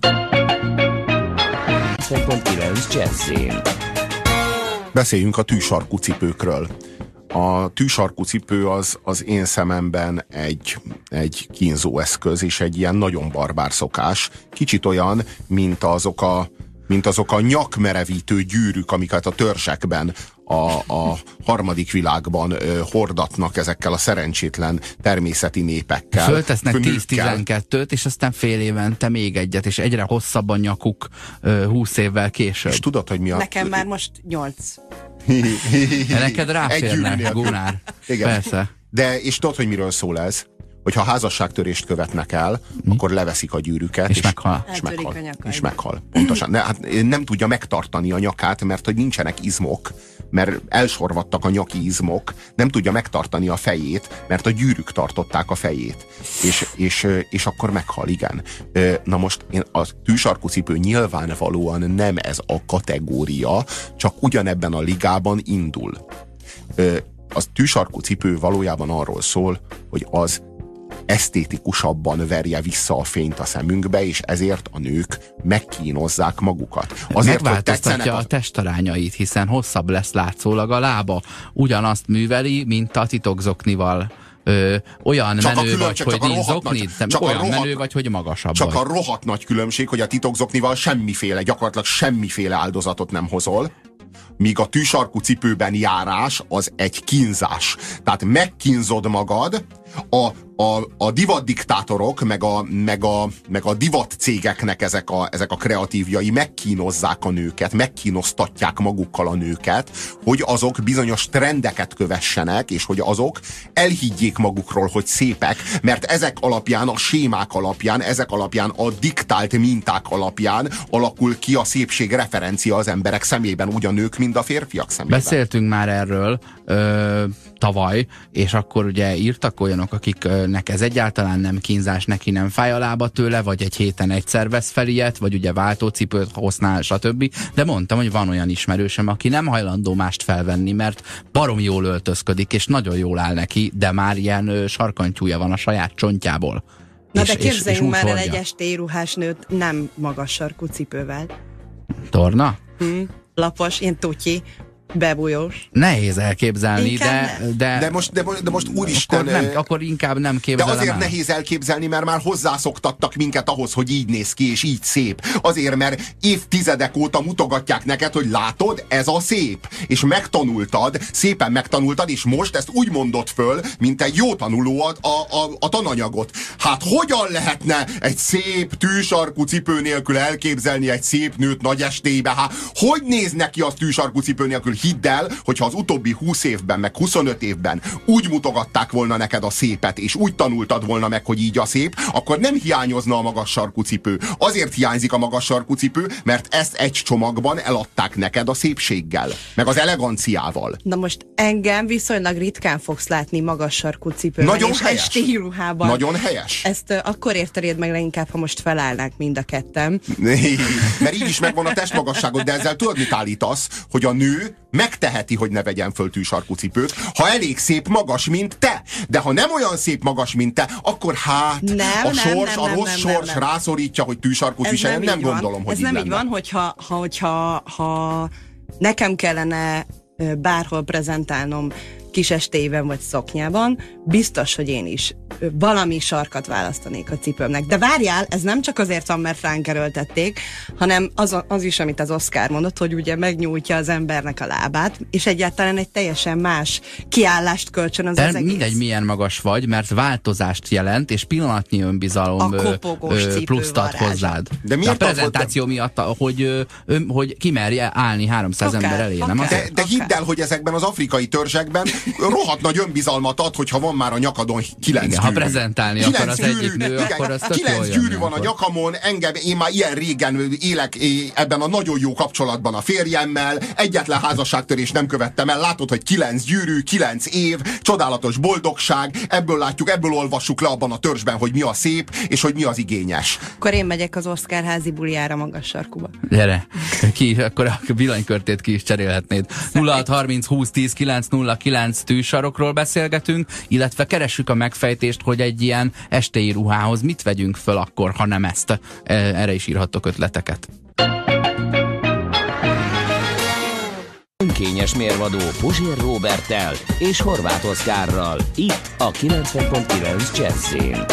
kilencven pont kilenc Jazzin. Beszéljünk a tűsarkú cipőkről. A tűsarkú cipő az, az én szememben egy, egy kínzó eszköz, és egy ilyen nagyon barbár szokás. Kicsit olyan, mint azok a, mint azok a nyakmerevítő gyűrűk, amiket a törzsekben a, a harmadik világban ö, hordatnak ezekkel a szerencsétlen természeti népekkel. Föltesznek nőkkel. tíz-tizenkettőt, és aztán fél évente még egyet, és egyre hosszabb a nyakuk ö, húsz évvel később. És tudod, hogy mi a... Nekem már most nyolc. De neked ráférne, gyűrűnél. Gunár. Igen. Persze. De, és tudod, hogy miről szól ez? Hogyha házasságtörést követnek el, mm. akkor leveszik a gyűrűket, És meghal. És Eltörik meghal. a nyakait. És meghal. Pontosan. Ne, hát nem tudja megtartani a nyakát, mert hogy nincsenek izmok, mert elsorvadtak a nyaki izmok, nem tudja megtartani a fejét, mert a gyűrűk tartották a fejét. És, és, és akkor meghal, igen. Na most én a tűsarkú cipő nyilvánvalóan nem ez a kategória, csak ugyanebben a ligában indul. A tűsarkú cipő valójában arról szól, hogy az esztétikusabban verje vissza a fényt a szemünkbe, és ezért a nők megkínozzák magukat. Azért, hogy Megváltoztatja tetszenek a az... testarányait, hiszen hosszabb lesz látszólag a lába. Ugyanazt műveli, mint a titokzoknival ö, olyan csak menő vagy, hogy nincs zoknid, olyan rohadt, menő vagy, hogy magasabb Csak vagy. a rohadt nagy különbség, hogy a titokzoknival semmiféle, gyakorlatilag semmiféle áldozatot nem hozol, míg a tűsarkú cipőben járás az egy kínzás. Tehát megkínzod magad, a, a, a divatdiktátorok, meg a, meg, a, meg a divat cégeknek ezek a, ezek a kreatívjai megkínozzák a nőket, megkínoztatják magukkal a nőket, hogy azok bizonyos trendeket kövessenek, és hogy azok elhiggyék magukról, hogy szépek, mert ezek alapján, a sémák alapján, ezek alapján, a diktált minták alapján alakul ki a szépség referencia az emberek szemében, úgy a nők, mint a férfiak szemében. Beszéltünk már erről ö, tavaly, és akkor ugye írtak olyanok, akiknek ez egyáltalán nem kínzás, neki nem fáj a lába tőle, vagy egy héten egyszer vesz fel ilyet, vagy ugye váltócipőt használ, stb. De mondtam, hogy van olyan ismerősöm, aki nem hajlandó mást felvenni, mert barom jól öltözködik, és nagyon jól áll neki, de már ilyen ö, sarkantyúja van a saját csontjából. Na és, de képzeljünk és, és már el hordja. egy estéi ruhás nőt nem magas sarkú cipővel. Torna? Hm, lapos, ilyen tutyi, bebújós. Nehéz elképzelni, Inkább de, de... De most, de, most, de most úristen... Akkor, nem, akkor inkább nem De képzelem azért el. nehéz elképzelni, mert már hozzászoktattak minket ahhoz, hogy így néz ki, és így szép. Azért, mert évtizedek óta mutogatják neked, hogy látod, ez a szép. És megtanultad, szépen megtanultad, és most ezt úgy mondod föl, mint egy jó tanuló a, a, a, a tananyagot. Hát hogyan lehetne egy szép tűsarkú cipő nélkül elképzelni egy szép nőt nagy estébe? Hát hogy néz neki az tűsarkú cipő nélkül? Hidd el, hogyha az utóbbi húsz évben, meg huszonöt évben úgy mutogatták volna neked a szépet, és úgy tanultad volna meg, hogy így a szép, akkor nem hiányozna a magas sarkú cipő. Azért hiányzik a magas sarkú cipő, mert ezt egy csomagban eladták neked a szépséggel, meg az eleganciával. Na most engem viszonylag ritkán fogsz látni magas sarkú cipőben Nagyon és helyes. estéi ruhában. Nagyon helyes. Ezt uh, akkor értenéd meg leginkább, ha most felállnánk mind a ketten. Mert így is megvan a testmagasságod, de ezzel tudod, mit állítasz, hogy a nő megteheti, hogy ne vegyen föl tűsarkú cipőt, ha elég szép magas, mint te. De ha nem olyan szép magas, mint te, akkor hát nem, a sors, nem, a nem, rossz nem, sors nem, nem. rászorítja, hogy tűsarkút viseljen. Nem, nem gondolom, hogy Ez így nem lenne. így van, hogyha, ha, hogyha ha nekem kellene ö, bárhol prezentálnom kis estélyben vagy szoknyában, biztos, hogy én is ö, valami sarkat választanék a cipőmnek. De várjál, ez nem csak azért van, mert ránk erőltették, hanem az, az is, amit az Oscar mondott, hogy ugye megnyújtja az embernek a lábát, és egyáltalán egy teljesen más kiállást kölcsönöz De az egész. mindegy, milyen magas vagy, mert változást jelent, és pillanatnyi önbizalom A kopogós ö, ö, pluszt ad cipővarázsa. hozzád. De De miért a ad- prezentáció miatt, hogy, ö, ö, hogy kimerje állni háromszáz Akár, ember elé, nem akár. azért? De, de hidd el, hogy ezekben az afrikai törzsekben rohadt nagy önbizalmat ad, hogyha van már a nyakadon kilenc Igen, gyűrű. ha prezentálni Kilenc akar az gyűrű, egyik nő, igen, akkor az tök kilenc jól gyűrű jön van a ilyenkor. nyakamon, engem, én már ilyen régen élek é, ebben a nagyon jó kapcsolatban a férjemmel, egyetlen házasságtörést nem követtem el, látod, hogy kilenc gyűrű, kilenc év, csodálatos boldogság, ebből látjuk, ebből olvassuk le abban a törzsben, hogy mi a szép, és hogy mi az igényes. Akkor én megyek az Oscar házi buliára magas sarkuba. Gyere, ki, akkor a villanykörtét ki is cserélhetnéd. nulla hat harminc húsz tíz kilenc nulla kilenc tűsarokról beszélgetünk, illetve keressük a megfejtést, hogy egy ilyen estéi ruhához mit vegyünk föl akkor, ha nem ezt. Erre is írhattok ötleteket. Önkényes mérvadó Puzsér Róberttel és Horváth Oszkárral. Itt a kilencven pont kilenc Jazzin.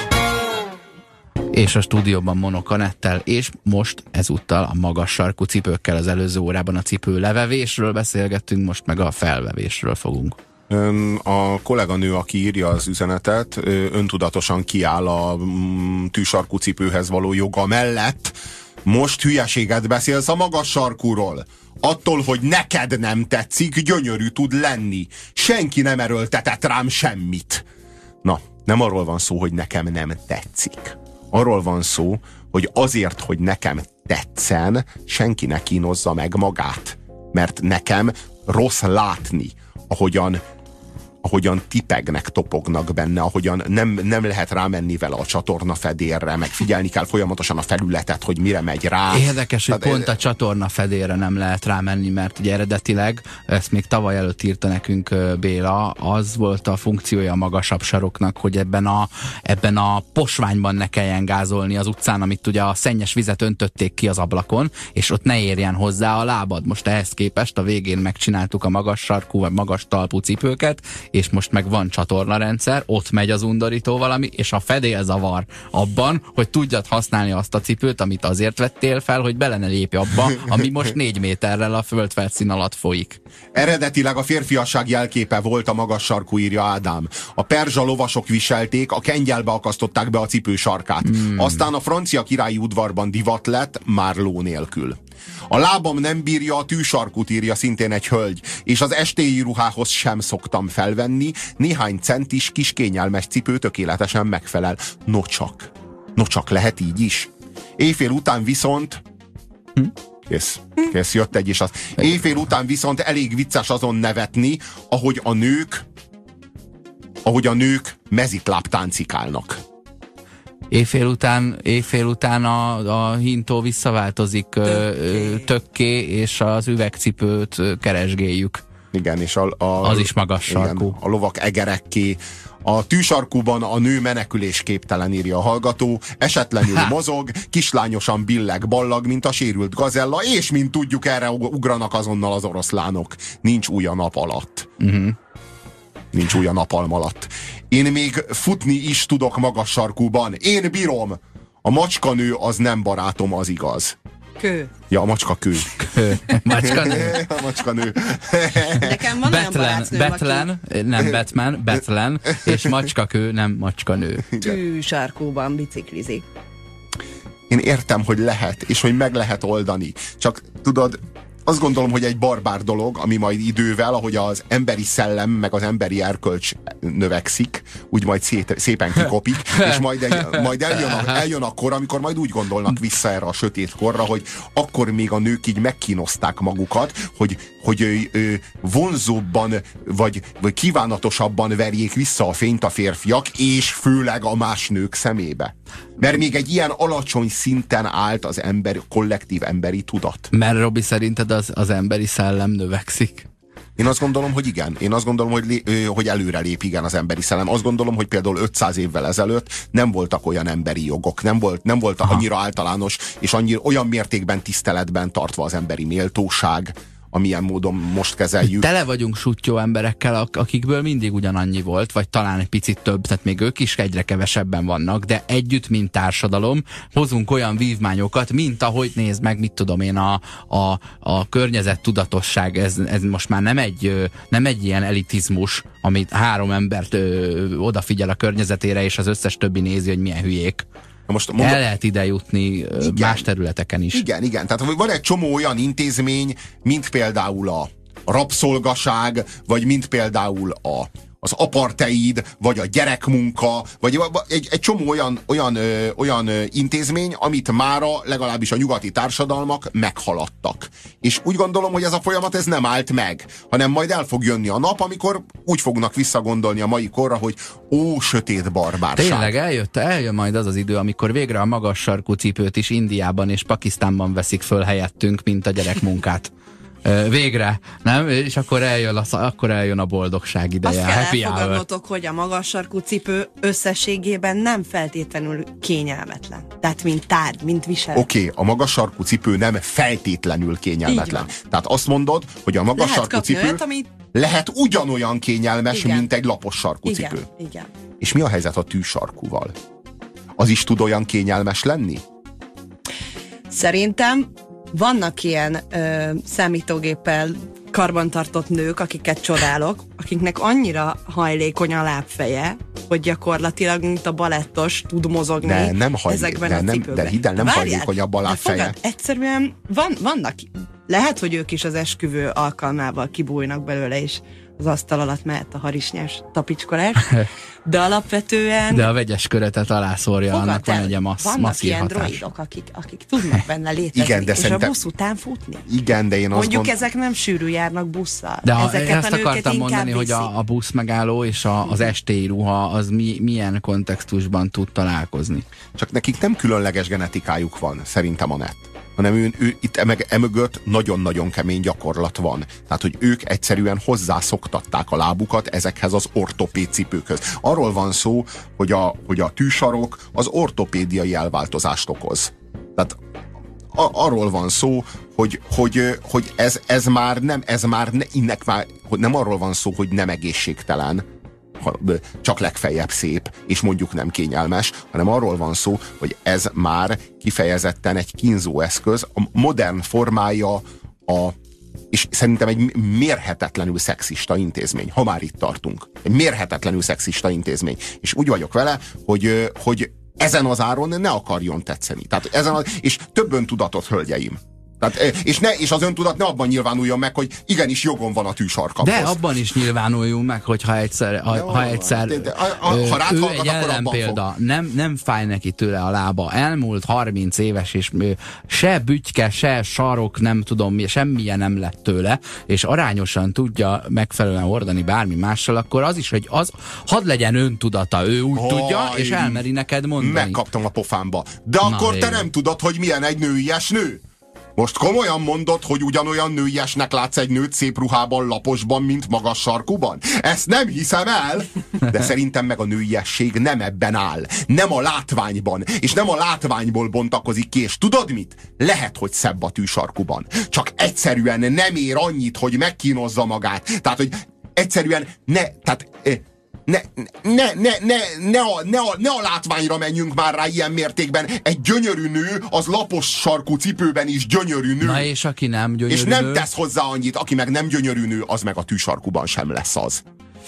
És a stúdióban Monokanettel, és most ezúttal a magas sarkú cipőkkel. Az előző órában a cipő levevésről beszélgettünk, most meg a felvevésről fogunk. A kolléganő, aki írja az üzenetet, öntudatosan kiáll a tűsarkú cipőhez való joga mellett. Most hülyeséget beszélsz a magas sarkúról. Attól, hogy neked nem tetszik, gyönyörű tud lenni. Senki nem erőltetett rám semmit. Na, nem arról van szó, hogy nekem nem tetszik. Arról van szó, hogy azért, hogy nekem tetszen, senki ne kínozza meg magát. Mert nekem rossz látni, ahogyan, ahogyan tipegnek, topognak benne, ahogyan nem, nem lehet rámenni vele a csatorna fedélre, meg figyelni kell folyamatosan a felületet, hogy mire megy rá. Érdekes, hogy Tehát, pont a csatorna fedélre nem lehet rámenni, mert ugye eredetileg, ezt még tavaly előtt írta nekünk Béla, az volt a funkciója a magasabb saroknak, hogy ebben a, ebben a posványban ne kelljen gázolni az utcán, amit ugye a szennyes vizet öntötték ki az ablakon, és ott ne érjen hozzá a lábad. Most ehhez képest a végén megcsináltuk a magas sarkú, vagy magas talpú cipőket, és most meg van csatornarendszer, ott megy az undorító valami, és a fedél zavar abban, hogy tudjad használni azt a cipőt, amit azért vettél fel, hogy bele ne lépj abba, ami most négy méterrel a földfelszín alatt folyik. Eredetileg a férfiasság jelképe volt a magas sarkú, írja Ádám. A perzsa lovasok viselték, a kengyelbe akasztották be a cipő sarkát. Hmm. Aztán a francia királyi udvarban divat lett, már ló nélkül. A lábam nem bírja a tűsarkút, írja szintén egy hölgy, és az estéi ruhához sem szoktam felvenni, néhány centis kis kényelmes cipő tökéletesen megfelel. Nocsak. Nocsak, lehet így is. Éjfél után viszont... Hm? Kész. Kész, jött egy is az. Éjfél után viszont elég vicces azon nevetni, ahogy a nők ahogy a nők mezitláb táncikálnak. Éjfél után, éjfél után a, a hintó visszaváltozik tökké. tökké, és az üvegcipőt keresgéljük. Igen, és a, a, az is magas sarkú. Igen, a lovak egerekké. A tűsarkúban a nő menekülés képtelen, írja a hallgató, esetlenül ha. mozog, kislányosan billeg ballag, mint a sérült gazella, és mint tudjuk, erre ugranak azonnal az oroszlánok. Nincs új a nap alatt. Uh-huh. Nincs új a napalm alatt. Én még futni is tudok magas sarkúban. Én bírom! A macskanő az nem barátom, az igaz. Kő. Ja, a macska kő. Kő. Macskanő. A macskanő. Nekem van olyan barátnőm, Betlen, aki... nem Batman, Betlen, és macskakő, nem macskanő. Tűsarkúban biciklizik. Én értem, hogy lehet, és hogy meg lehet oldani. Csak tudod, azt gondolom, hogy egy barbár dolog, ami majd idővel, ahogy az emberi szellem, meg az emberi erkölcs növekszik, úgy majd szét, szépen kikopik, és majd, egy, majd eljön, a, eljön a kor, amikor majd úgy gondolnak vissza erre a sötét korra, hogy akkor még a nők így megkínozták magukat, hogy, hogy ö, ö, vonzóbban, vagy, vagy kívánatosabban verjék vissza a fényt a férfiak, és főleg a más nők szemébe. Mert még egy ilyen alacsony szinten állt az ember, kollektív emberi tudat. Mert Robi, szerinted az, az emberi szellem növekszik? Én azt gondolom, hogy igen. Én azt gondolom, hogy, lé, hogy előrelép igen az emberi szellem. Azt gondolom, hogy például ötszáz évvel ezelőtt nem voltak olyan emberi jogok, nem, volt, nem voltak annyira általános, és annyira, olyan mértékben tiszteletben tartva az emberi méltóság, amilyen módon most kezeljük. Tele vagyunk suttyó emberekkel, akikből mindig ugyanannyi volt, vagy talán egy picit több, tehát még ők is egyre kevesebben vannak, de együtt, mint társadalom, hozunk olyan vívmányokat, mint ahogy nézd meg, mit tudom én, a, a, a környezet tudatosság, ez, ez most már nem egy, nem egy ilyen elitizmus, amit három embert ö, odafigyel a környezetére, és az összes többi nézi, hogy milyen hülyék. Most mondom, el lehet ide jutni igen, más területeken is. Igen, igen. Tehát van egy csomó olyan intézmény, mint például a rabszolgaság, vagy mint például a, az apartheid, vagy a gyerekmunka, vagy egy, egy csomó olyan, olyan, ö, olyan ö, intézmény, amit mára legalábbis a nyugati társadalmak meghaladtak. És úgy gondolom, hogy ez a folyamat ez nem állt meg, hanem majd el fog jönni a nap, amikor úgy fognak visszagondolni a mai korra, hogy ó, sötét barbárság. Tényleg eljött, eljön majd az az idő, amikor végre a magas sarkú cipőt is Indiában és Pakisztánban veszik föl helyettünk, mint a gyerekmunkát. Végre, nem? És akkor eljön a, akkor eljön a boldogság ideje. Azt kell elfogadnotok, hogy a magas sarkú cipő összességében nem feltétlenül kényelmetlen. Tehát mint tárgy, mint viselet. Oké, okay, a magas sarkú cipő nem feltétlenül kényelmetlen. Tehát azt mondod, hogy a magas lehet sarkú cipő olyat, ami... lehet ugyanolyan kényelmes, igen, mint egy lapos sarkú igen, cipő. Igen. És mi a helyzet a tűsarkúval? Az is tud olyan kényelmes lenni? Szerintem vannak ilyen ö, számítógéppel karbantartott nők, akiket csodálok, akiknek annyira hajlékony a lábfeje, hogy gyakorlatilag, mint a balettos tud mozogni de nem hajlé, ezekben de a nem, cipőkben. de hidd el, nem hajlékonyabb a lábfeje. Fogad, egyszerűen van, vannak, lehet, hogy ők is az esküvő alkalmával kibújnak belőle, és az asztal alatt mehet a harisnyás tapicskolás, de alapvetően... De a vegyes köretet alászórja, annak van egy massz, vannak masszív ilyen hatás. droidok, akik, akik tudnak benne létezni, igen, de és szerintem... a busz után futni. Igen, de én azt Mondjuk gond... ezek nem sűrű járnak busszal. De ha ezeket ezt akartam mondani, hogy a, a busz megálló és a, az estéi ruha az mi, milyen kontextusban tud találkozni. Csak nekik nem különleges genetikájuk van, szerintem a net. hanem ő, ő itt emög, emögött nagyon-nagyon kemény gyakorlat van. Tehát, hogy ők egyszerűen hozzászoktatták a lábukat ezekhez az ortopéd cipőkhöz. Arról van szó, hogy a, hogy a tűsarok az ortopédiai elváltozást okoz. Tehát a, arról van szó, hogy, hogy, hogy ez, ez már nem, ez már ne, innek már, hogy nem arról van szó, hogy nem egészségtelen, csak legfeljebb szép, és mondjuk nem kényelmes, hanem arról van szó, hogy ez már kifejezetten egy kínzó eszköz, a modern formája, a, és szerintem egy mérhetetlenül szexista intézmény, ha már itt tartunk. Egy mérhetetlenül szexista intézmény. És úgy vagyok vele, hogy, hogy ezen az áron ne akarjon tetszeni. Tehát ezen a, és több öntudatot, hölgyeim. Tehát, és, ne, és az öntudat ne abban nyilvánuljon meg, hogy igenis jogom van a tűsarkamhoz. De abban is nyilvánuljunk meg, hogy ha egyszer, ha, Jó, ha egyszer de, de, ha, ő, ha ő egy ellenpélda, nem, nem fáj neki tőle a lába, elmúlt harminc éves, és se bütyke, se sarok, nem tudom mi, semmilyen nem lett tőle, és arányosan tudja megfelelően hordani bármi mással, akkor az is, hogy az, hadd legyen öntudata, ő úgy oh, tudja, és elmeri neked mondani. Megkaptam a pofámba. De Na, akkor te nem tudod, hogy milyen egy nőies nő? Most komolyan mondod, hogy ugyanolyan nőiesnek látsz egy nőt szép ruhában, laposban, mint magas sarkuban? Ezt nem hiszem el! De szerintem meg a nőiesség nem ebben áll. Nem a látványban. És nem a látványból bontakozik ki. És tudod mit? Lehet, hogy szebb a tűsarkuban. Csak egyszerűen nem ér annyit, hogy megkínozza magát. Tehát, hogy egyszerűen ne... Tehát, Ne, ne, ne, ne, ne, a, ne, a, ne a látványra menjünk már rá ilyen mértékben. Egy gyönyörű nő, az lapos sarkú cipőben is gyönyörű nő. Na és aki nem gyönyörű És nem nő? tesz hozzá annyit, aki meg nem gyönyörű nő, az meg a tűsarkuban sem lesz az.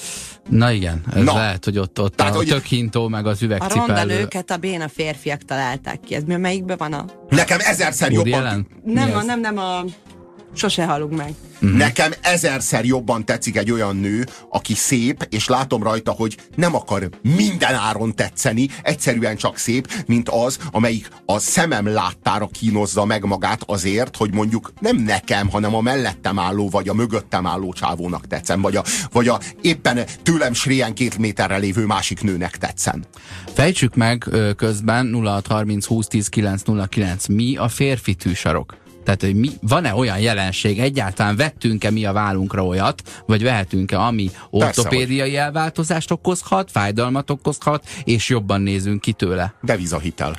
Na igen, ez Na. lehet, hogy ott, ott Tehát, a hogy tökhintó meg az üvegcipelő. A ronda nőket a béna férfiak találták ki. Ez mi, melyikben van a... Nekem ezerszer Woody jobban... Allen? Nem, a, nem, nem a... Sose halunk meg. Uh-huh. Nekem ezerszer jobban tetszik egy olyan nő, aki szép, és látom rajta, hogy nem akar minden áron tetszeni, egyszerűen csak szép, mint az, amelyik a szemem láttára kínozza meg magát azért, hogy mondjuk nem nekem, hanem a mellettem álló, vagy a mögöttem álló csávónak tetszem, vagy a, vagy a éppen tőlem sréjen két méterre lévő másik nőnek tetszem. Fejtsük meg közben nulla hat harminc húsz tíz kilenc nulla kilenc. Mi a férfi tűsarok? Tehát, hogy mi, van-e olyan jelenség, egyáltalán vettünk-e mi a vállunkra olyat, vagy vehetünk-e, ami ortopédiai elváltozást okozhat, fájdalmat okozhat, és jobban nézünk ki tőle? Devizahitel.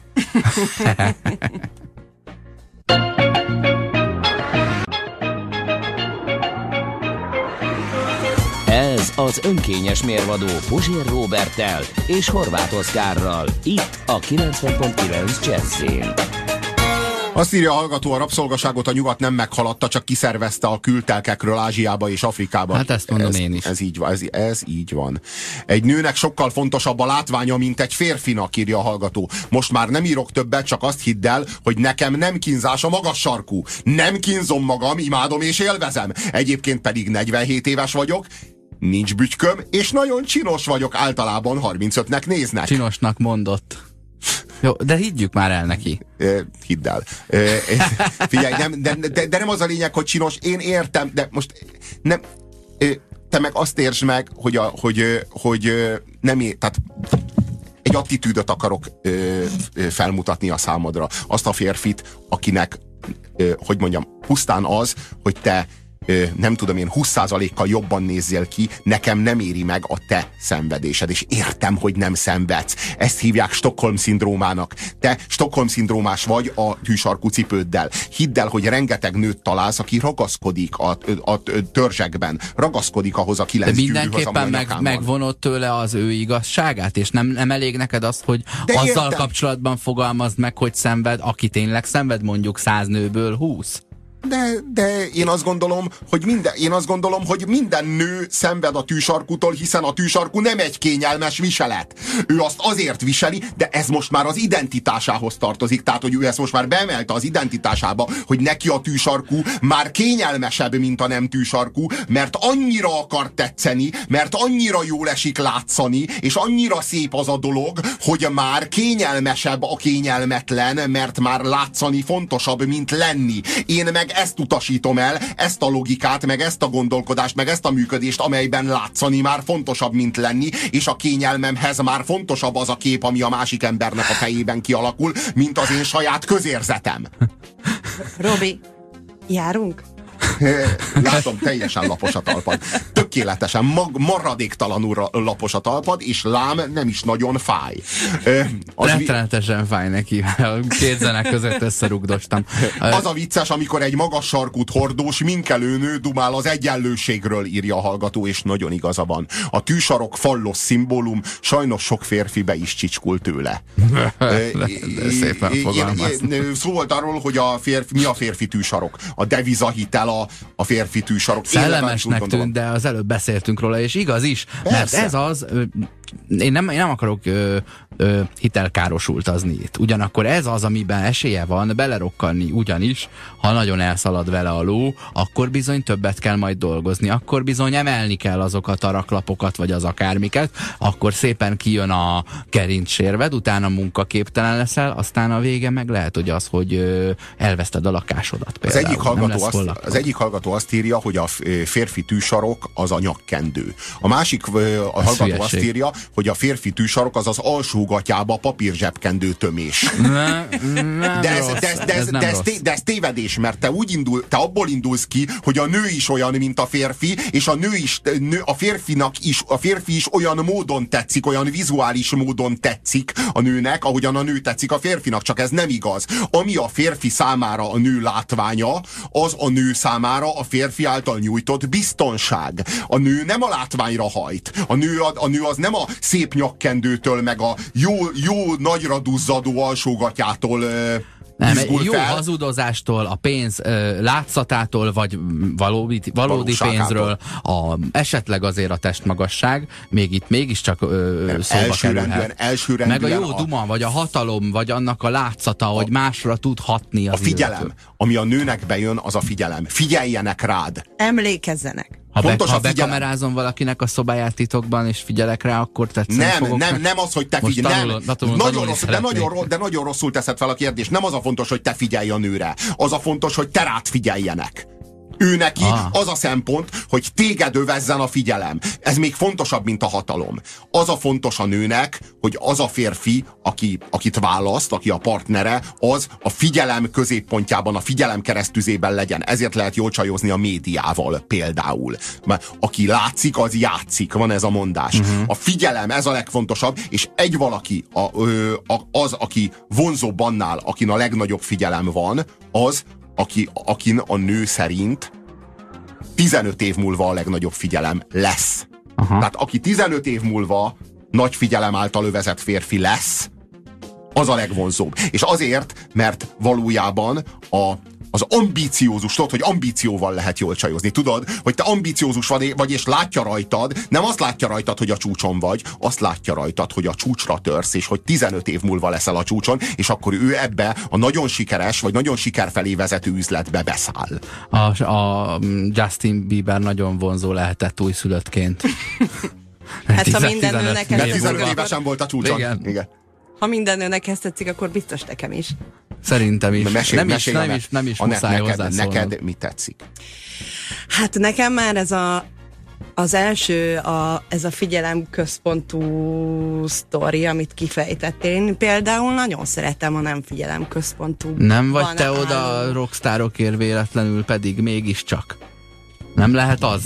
Ez az önkényes mérvadó Puzsér Róberttel és Horváth Oszkárral, itt a kilencven pont kilenc Jazzin. Azt írja a hallgató, a rabszolgaságot a nyugat nem meghaladta, csak kiszervezte a kültelkekről Ázsiába és Afrikába. Hát ezt mondom ez, én is. Ez így van, ez, ez így van. Egy nőnek sokkal fontosabb a látványa, mint egy férfinak, írja a hallgató. Most már nem írok többet, csak azt hidd el, hogy nekem nem kínzás a magas sarkú. Nem kínzom magam, imádom és élvezem. Egyébként pedig negyvenhét éves vagyok, nincs bütyköm, és nagyon csinos vagyok, általában harmincötnek néznek. Csinosnak mondott. Jó, de higgyük már el neki. Uh, hidd el. Uh, figyelj, nem, de, de, de nem az a lényeg, hogy csinos. Én értem, de most nem. Uh, te meg azt értsd meg, hogy, a, hogy, uh, hogy uh, nem ér, tehát egy attitűdöt akarok uh, felmutatni a számodra. Azt a férfit, akinek, uh, hogy mondjam, pusztán az, hogy te nem tudom én, húsz százalékkal jobban nézzél ki, nekem nem éri meg a te szenvedésed, és értem, hogy nem szenvedsz. Ezt hívják Stockholm-szindrómának. Te Stockholm-szindrómás vagy a tűsarkú cipőddel. Hidd el, hogy rengeteg nőt találsz, aki ragaszkodik a, a, a törzsekben, ragaszkodik ahhoz a kilenc gyűrűhöz, mindenképpen meg, megvonod tőle az ő igazságát, és nem, nem elég neked az, hogy de azzal értem. Kapcsolatban fogalmazd meg, hogy szenved, aki tényleg szenved, mondjuk száz nőből húsz. De, de én azt gondolom, hogy minden, én azt gondolom, hogy minden nő szenved a tűsarkútól, hiszen a tűsarkú nem egy kényelmes viselet. Ő azt azért viseli, de ez most már az identitásához tartozik, tehát hogy ő ezt most már beemelte az identitásába, hogy neki a tűsarkú már kényelmesebb, mint a nem tűsarkú, mert annyira akar tetszeni, mert annyira jól esik látszani, és annyira szép az a dolog, hogy már kényelmesebb a kényelmetlen, mert már látszani fontosabb, mint lenni. Én meg ezt utasítom el, ezt a logikát, meg ezt a gondolkodást, meg ezt a működést, amelyben látszani már fontosabb, mint lenni, és a kényelmemhez már fontosabb az a kép, ami a másik embernek a fejében kialakul, mint az én saját közérzetem. Robi, járunk? Látom, teljesen lapos a talpad. Tök tökéletesen, mag, maradéktalanul lapos a talpad, és lám nem is nagyon fáj. Rettenetesen fáj neki. Két zene között összerugdostam. Az a vicces, amikor egy magas sarkút hordós, minkelő nő dumál az egyenlőségről, írja a hallgató, és nagyon igaza van. A tűsarok fallos szimbólum, sajnos sok férfi be is csicskul tőle. Szépen fogalmaz. Szó volt arról, hogy a férfi, mi a férfi tűsarok. A devizahitel a, a férfi tűsarok. Szellemesnek tűnt, de az előbb beszéltünk róla, és igaz is, Persze. mert ez az, én nem, én nem akarok ö, ö, hitelkárosultazni itt. Ugyanakkor ez az, amiben esélye van belerokkanni, ugyanis, ha nagyon elszalad vele a ló, akkor bizony többet kell majd dolgozni, akkor bizony emelni kell azokat a raklapokat, vagy az akármiket, akkor szépen kijön a gerincsérved, utána munkaképtelen leszel, aztán a vége meg lehet, hogy az, hogy ö, elveszted a lakásodat például. Az egyik, hallgató azt, az egyik hallgató azt írja, hogy a férfi tűsarok az a nyakkendő. A másik a hallgató hülyeség. Azt írja, hogy a férfi tűsarok az az alsógatyába papírzsebkendő tömés. Ne, nem de, ez, rossz, de, ez, de, ez, ez de, ez, rossz. de ez tévedés, mert te úgy indul, te abból indulsz ki, hogy a nő is olyan, mint a férfi, és a nő is, nő, a férfinak is, a férfi is olyan módon tetszik, olyan vizuális módon tetszik a nőnek, ahogyan a nő tetszik a férfinak, csak ez nem igaz. Ami a férfi számára a nő látványa, az a nő számára a férfi által nyújtott biztonság. A nő nem a látványra hajt. A nő, a, a nő az nem a szép nyakkendőtől, meg a jó, jó nagyra duzzadó alsógatyától nem, jó fel. hazudozástól, a pénz ö, látszatától, vagy valódi, valódi pénzről, a, esetleg azért a testmagasság, még itt mégiscsak ö, nem, szóba kerülhet. Meg a jó a... duma, vagy a hatalom, vagy annak a látszata, a, hogy másra tud hatni az a figyelem, illető. Ami a nőnek bejön, az a figyelem. Figyeljenek rád! Emlékezzenek! Ha, be, ha bekamerázom valakinek a szobáját titokban, és figyelek rá, akkor tetszeni nem, fogok. Nem, nem az, hogy te figyelj. Nem, tanul, tanul, nagyon rossz, de, nagyon, de nagyon rosszul teszed fel a kérdést. Nem az a fontos, hogy te figyelj a nőre. Az a fontos, hogy te rád figyeljenek. Ő neki ah. az a szempont, hogy téged övezzen a figyelem. Ez még fontosabb, mint a hatalom. Az a fontos a nőnek, hogy az a férfi, aki, akit választ, aki a partnere, az a figyelem középpontjában, a figyelem keresztüzében legyen. ezért lehet jól csajozni a médiával például. Mert aki látszik, az játszik, van ez a mondás. Uh-huh. A figyelem, ez a legfontosabb, és egy valaki, a, ö, a, az, aki vonzóbb annál, akin a legnagyobb figyelem van, az, aki, akin a nő szerint tizenöt év múlva a legnagyobb figyelem lesz. Aha. Tehát aki tizenöt év múlva nagy figyelem által övezett férfi lesz, az a legvonzóbb. És azért, mert valójában a az ambíciózus, tudod, hogy ambícióval lehet jól csajozni. Tudod, hogy te ambíciózus vagy, és látja rajtad, nem azt látja rajtad, hogy a csúcson vagy, azt látja rajtad, hogy a csúcsra törsz, és hogy tizenöt év múlva leszel a csúcson, és akkor ő ebbe a nagyon sikeres, vagy nagyon siker felé vezető üzletbe beszáll. A, a Justin Bieber nagyon vonzó lehetett újszülöttként. Hát ha minden nőnek ezt tizenöt évesen volt a csúcson. Igen. Igen. Ha minden nőnek ezt tetszik, akkor biztos nekem is. Szerintem is. Mesélj, nem, mesélj is nem is, nem is Anett, muszáj neked, hozzászólnom. neked mi tetszik? Hát nekem már ez a az első, a, ez a figyelemközpontú sztori, amit kifejtettél. Én például nagyon szeretem a nem figyelemközpontú. Nem vagy te oda a rockstárokért véletlenül, pedig mégiscsak. Nem lehet az?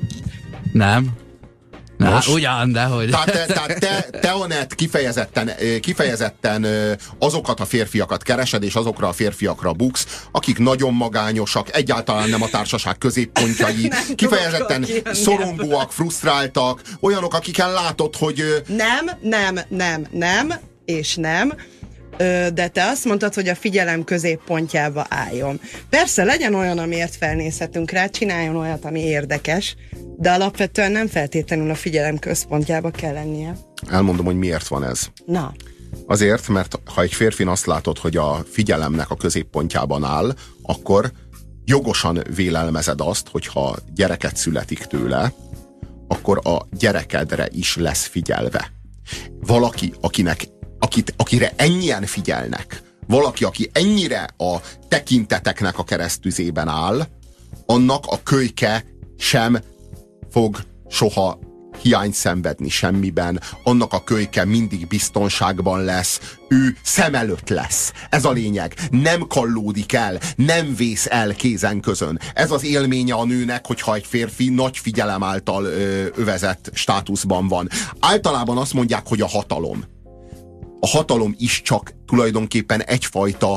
Nem? Na, ugyan, dehogy. Tehát te, te, te, te Anett, kifejezetten, kifejezetten azokat a férfiakat keresed, és azokra a férfiakra buksz, akik nagyon magányosak, egyáltalán nem a társaság középpontjai, kifejezetten szorongóak, frusztráltak, olyanok, akiken látod, hogy... Nem, nem, nem, nem, és nem. De te azt mondtad, hogy a figyelem középpontjába álljon. Persze, legyen olyan, amiért felnézhetünk rá, csináljon olyat, ami érdekes, de alapvetően nem feltétlenül a figyelem központjába kell lennie. Elmondom, hogy miért van ez. Na. Azért, mert ha egy férfin azt látod, hogy a figyelemnek a középpontjában áll, akkor jogosan vélelmezed azt, hogyha gyereket születik tőle, akkor a gyerekedre is lesz figyelve. Valaki, akinek Akit, akire ennyien figyelnek, valaki, aki ennyire a tekinteteknek a keresztüzében áll, annak a kölyke sem fog soha hiány szenvedni semmiben, annak a kölyke mindig biztonságban lesz, ő szem előtt lesz. Ez a lényeg. Nem kallódik el, nem vész el kézen közön. Ez az élménye a nőnek, hogyha egy férfi nagy figyelem által ö, övezett státuszban van. Általában azt mondják, hogy a hatalom. A hatalom is csak tulajdonképpen egyfajta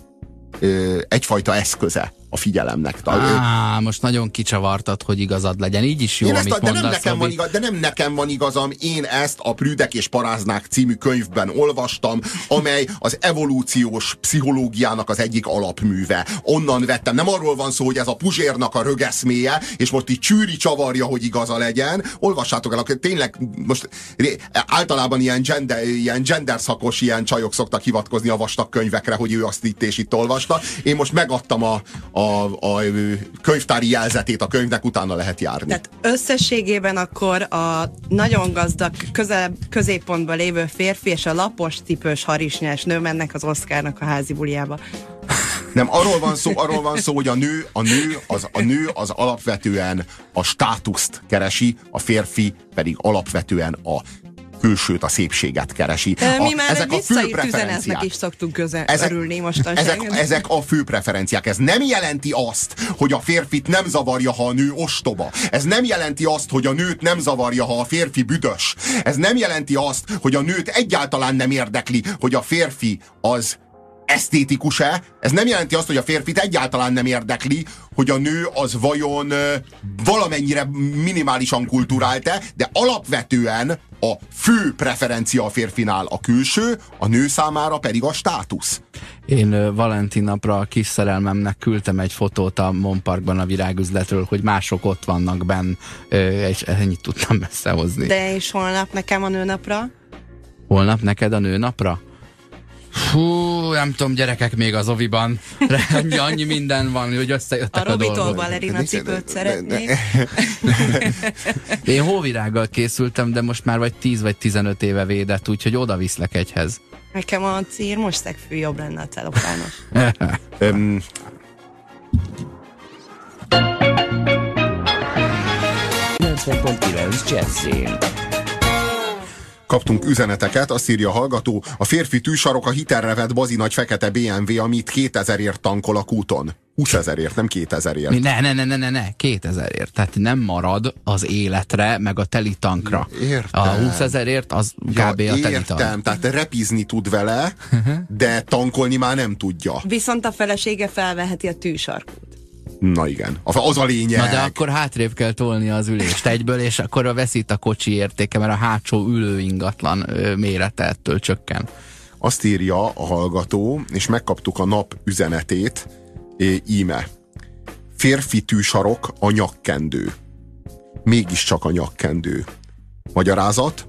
ö, egyfajta eszköze a figyelemnek. Á, most nagyon kicsavartad, hogy igazad legyen. Így is jó, én amit ezt a, de, nem mondasz, nekem van igaz, de nem nekem van igazam, én ezt a Prüdek és Paráznák című könyvben olvastam, amely az evolúciós pszichológiának az egyik alapműve. Onnan vettem. Nem arról van szó, hogy ez a Puzsérnak a rögeszméje, és most így csűri csavarja, hogy igaza legyen. Olvassátok el, akkor tényleg most általában ilyen gender, ilyen gender szakos ilyen csajok szoktak hivatkozni a vastag könyvekre, hogy ő azt itt és itt olvasta. Én most megadtam a, a A, a könyvtári jelzetét a könyvnek, utána lehet járni. Tehát összességében akkor a nagyon gazdag közel, középpontban lévő férfi és a lapos cipős harisnyás nő mennek az Oscarnak a házi buliába. Nem, arról van szó, arról van szó, hogy a nő, a nő, az, a nő az alapvetően a státuszt keresi, a férfi pedig alapvetően a külsőt, a szépséget keresi. A, Mi már ezek egy visszaírt üzenetnek is szoktunk köze ezek, örülni mostanság. Ezek, ezek a fő preferenciák. Ez nem jelenti azt, hogy a férfit nem zavarja, ha a nő ostoba. Ez nem jelenti azt, hogy a nőt nem zavarja, ha a férfi büdös. Ez nem jelenti azt, hogy a nőt egyáltalán nem érdekli, hogy a férfi az esztétikus-e. Ez nem jelenti azt, hogy a férfit egyáltalán nem érdekli, hogy a nő az vajon uh, valamennyire minimálisan kulturált-e, de alapvetően a fő preferencia a férfinál a külső, a nő számára pedig a státusz. Én uh, Valentin napra a kis szerelmemnek küldtem egy fotót a Monparkban a virágüzletről, hogy mások ott vannak benn, uh, és ennyit tudtam összehozni. De és holnap nekem a nőnapra? Holnap neked a nőnapra? Hú, nem tudom, gyerekek még az oviban. Annyi, annyi minden van, hogy összejöttek a, a dolgok. A Robitól balerina cipőt szeretnék. Én hóvirággal készültem, de most már vagy tíz vagy tizenöt éve védett, úgyhogy oda viszlek egyhez. Nekem a cír most szegfű jobb lenne a celofános. um, kilencven pont kilenc Jazzin. Kaptunk üzeneteket, azt írja a hallgató, a férfi tűsarok a hitelre vett bazinagy fekete bé em vé, amit kétezerért tankol a kúton. húszezerért, nem kétezerért. Ne, ne, ne, ne, ne, ne, kétezerért. Tehát nem marad az életre, meg a teli tankra. Értem. A húszezerért az kb. Ja, a teli tank. Értem, tehát repizni tud vele, de tankolni már nem tudja. Viszont a felesége felveheti a tűsarkút. Na igen, az a lényeg. Na de akkor hátrébb kell tolni az ülést egyből, és akkor a veszít a kocsi értéke, mert a hátsó ülő ingatlan ö, mérete ettől csökken. Azt írja a hallgató, és megkaptuk a nap üzenetét, íme. Férfi tűsarok a nyakkendő. Mégiscsak a nyakkendő. Magyarázat?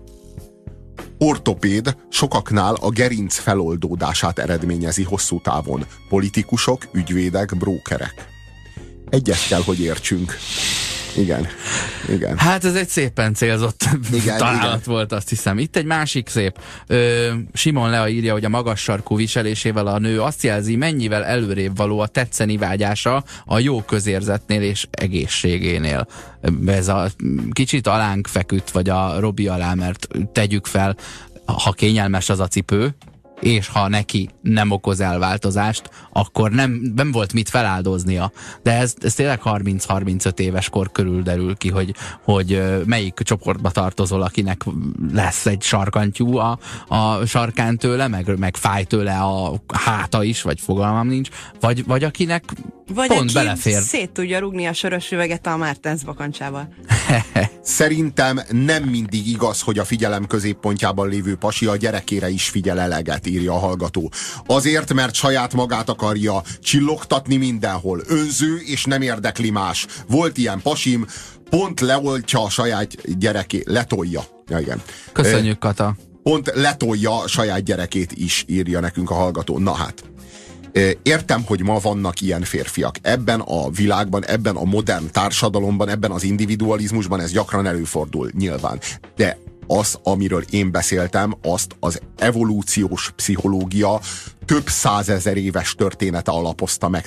Ortopéd sokaknál a gerinc feloldódását eredményezi hosszú távon. Politikusok, ügyvédek, brókerek. Egyet kell, hogy értsünk. Igen. Igen. Hát ez egy szépen célzott igen, találat igen. volt, azt hiszem. Itt egy másik szép. Ö, Simon Lea írja, hogy a magas sarkú viselésével a nő azt jelzi, mennyivel előrébb való a tetszeni vágyása a jó közérzetnél és egészségénél. Ez a kicsit alánk feküdt, vagy a Robi alá, mert tegyük fel, ha kényelmes az a cipő, és ha neki nem okoz elváltozást, akkor nem, nem volt mit feláldoznia. De ez, ez tényleg harminc-harmincöt éves kor körül derül ki, hogy, hogy melyik csoportba tartozol, akinek lesz egy sarkantyú a, a sarkán tőle, meg, meg fáj tőle a háta is, vagy fogalmam nincs, vagy, vagy akinek vagy pont aki belefér. szét tudja rúgni a sörös üveget a Mártens bakancsával. Szerintem nem mindig igaz, hogy a figyelem középpontjában lévő pasi a gyerekére is figyel eleget, írja a hallgató. Azért, mert saját magát akarja csillogtatni mindenhol. Önző és nem érdekli más. Volt ilyen pasim, pont leoltja a saját gyerekét, letolja. Ja, igen. Köszönjük, Kata. Pont letolja a saját gyerekét is, írja nekünk a hallgató. Na hát. Értem, hogy ma vannak ilyen férfiak. Ebben a világban, ebben a modern társadalomban, ebben az individualizmusban ez gyakran előfordul, nyilván. De az, amiről én beszéltem, azt az evolúciós pszichológia több százezer éves története alapozta meg. Tehát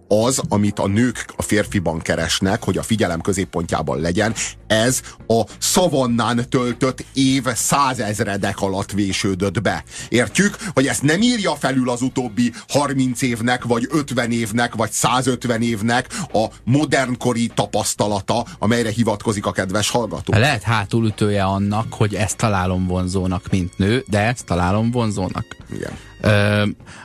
az, amit a nők a férfiban keresnek, hogy a figyelem középpontjában legyen, ez a szavannán töltött év százezredek alatt vésődött be. Értjük, hogy ezt nem írja felül az utóbbi harminc évnek, vagy ötven évnek, vagy százötven évnek a modernkori tapasztalata, amelyre hivatkozik a kedves hallgató. Lehet hátulütője annak, hogy ezt találom vonzónak, mint nő, de ezt találom vonzónak. Igen. Ö,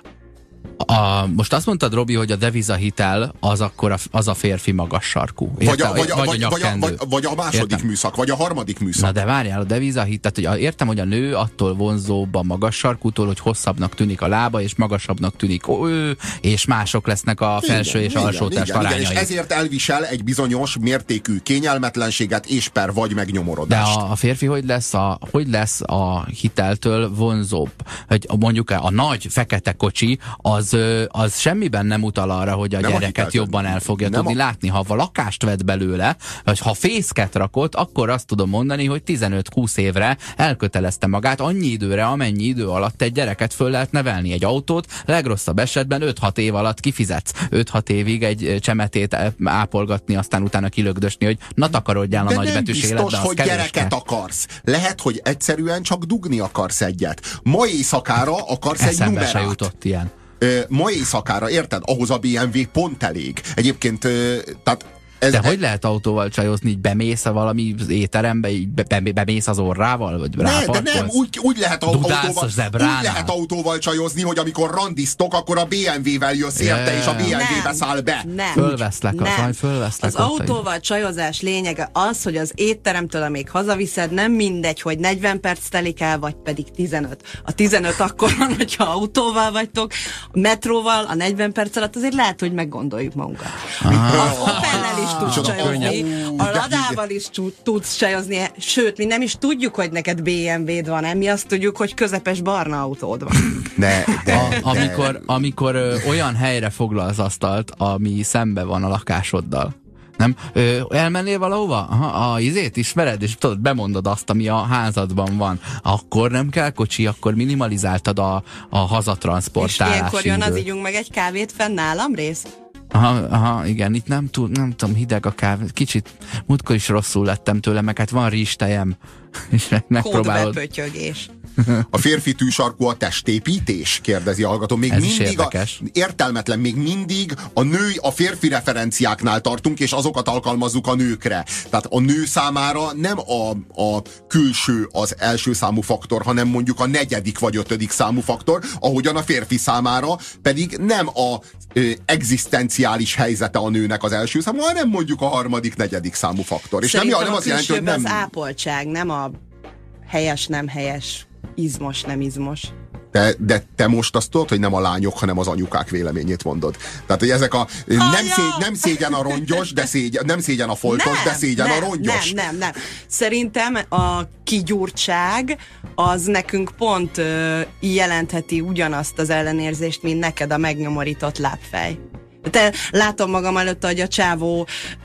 A, most azt mondtad, Robi, hogy a devizahitel az akkor a, az a férfi magas sarkú. Vagy a, vagy, a, vagy, vagy, a vagy, a, vagy, vagy a második értem. műszak, vagy a harmadik műszak. Na de várjál, a devizahitel, tehát hogy értem, hogy a nő attól vonzóbb a magas sarkútól, hogy hosszabbnak tűnik a lába, és magasabbnak tűnik ő, és mások lesznek a felső igen, és alsó test arányai. És ezért elvisel egy bizonyos mértékű kényelmetlenséget és per vagy megnyomorodást. De a, a férfi hogy lesz a, hogy lesz a hiteltől vonzóbb? Hogy mondjuk a nagy fekete kocsi az, az semmiben nem utal arra, hogy a nem gyereket a jobban el fogja nem tudni a... látni. Ha a lakást vett belőle, vagy ha fészket rakott, akkor azt tudom mondani, hogy tizenöt-húsz évre elkötelezte magát annyi időre, amennyi idő alatt egy gyereket föl lehet nevelni. Egy autót legrosszabb esetben öt-hat év alatt kifizetsz. öt-hat évig egy csemetét ápolgatni, aztán utána kilögdösni, hogy na takarodjál a nagybetűs életbe. De nem biztos, hogy gyereket akarsz. Lehet, hogy egyszerűen csak dugni akarsz egyet. Ma éjszakára akarsz egy numerát. Eszembe se jutott ilyen. Ma éjszakára, érted? Ahhoz a bé em vé pont elég. Egyébként, tehát ez, de hogy lehet autóval csajozni, így bemész a valami étterembe, így be, be, bemész az orrával, vagy ráparkolsz? De nem, úgy, úgy, lehet autóval, úgy lehet autóval csajozni, hogy amikor randiztok, akkor a bé em vé-vel jössz érte, és a bé em vé-be száll be. Nem, fölveszlek, nem. A, majd fölveszlek. Az autóval így. Csajozás lényege az, hogy az étteremtől, amíg hazaviszed, nem mindegy, hogy negyven perc telik el, vagy pedig tizenöt. A tizenöt akkor van, hogyha autóval vagytok, a metróval, a negyven perc alatt azért lehet, hogy meggondoljuk magunkat. Ah. Az Opellel is tudsz csajozni, a Ladával is tudsz csajozni, sőt, mi nem is tudjuk, hogy neked bé em vé-d van, mi azt tudjuk, hogy közepes barna autód van. Ne, de, a, de. Amikor, amikor ö, olyan helyre foglal az asztalt, ami szembe van a lakásoddal, nem? Ö, elmennél valahova? Aha, a izét ismered, és tudod, bemondod azt, ami a házadban van. Akkor nem kell kocsi, akkor minimalizáltad a, a hazatranszportálási És ilyenkor jön időt. az ígyunk meg egy kávét fenn nálam rész? Aha, aha, igen, itt nem, tud, nem tudom, hideg a kávé. Kicsit múltkor is rosszul lettem tőle, meg hát van rizstejem. És megpróbálod. Kódbepötyögés. A férfi tűsarkú a testépítés? Kérdezi a hallgató. Még Ez mindig a, értelmetlen, még mindig a nő, a férfi referenciáknál tartunk, és azokat alkalmazzuk a nőkre. Tehát a nő számára nem a, a külső az első számú faktor, hanem mondjuk a negyedik vagy ötödik számú faktor, ahogyan a férfi számára pedig nem a ö, egzisztenciális helyzete a nőnek az első számú, hanem mondjuk a harmadik, negyedik számú faktor. És nem, nem az jelenti, hogy nem... az ápoltság, nem a helyes, nem helyes, izmos, nem izmos. De, de te most azt tudod, hogy nem a lányok, hanem az anyukák véleményét mondod. Tehát, hogy ezek a... Nem, szégy, nem szégyen a rongyos, de szégyen, nem szégyen a foltos, nem, de szégyen nem, a rongyos. Nem, nem, nem. Szerintem a kigyúrtság az nekünk pont ö, jelentheti ugyanazt az ellenérzést, mint neked a megnyomorított lábfej. Te, látom magam előtt, hogy a csávó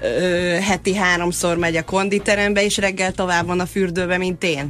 ö, heti háromszor megy a konditerembe, és reggel tovább van a fürdőbe, mint én.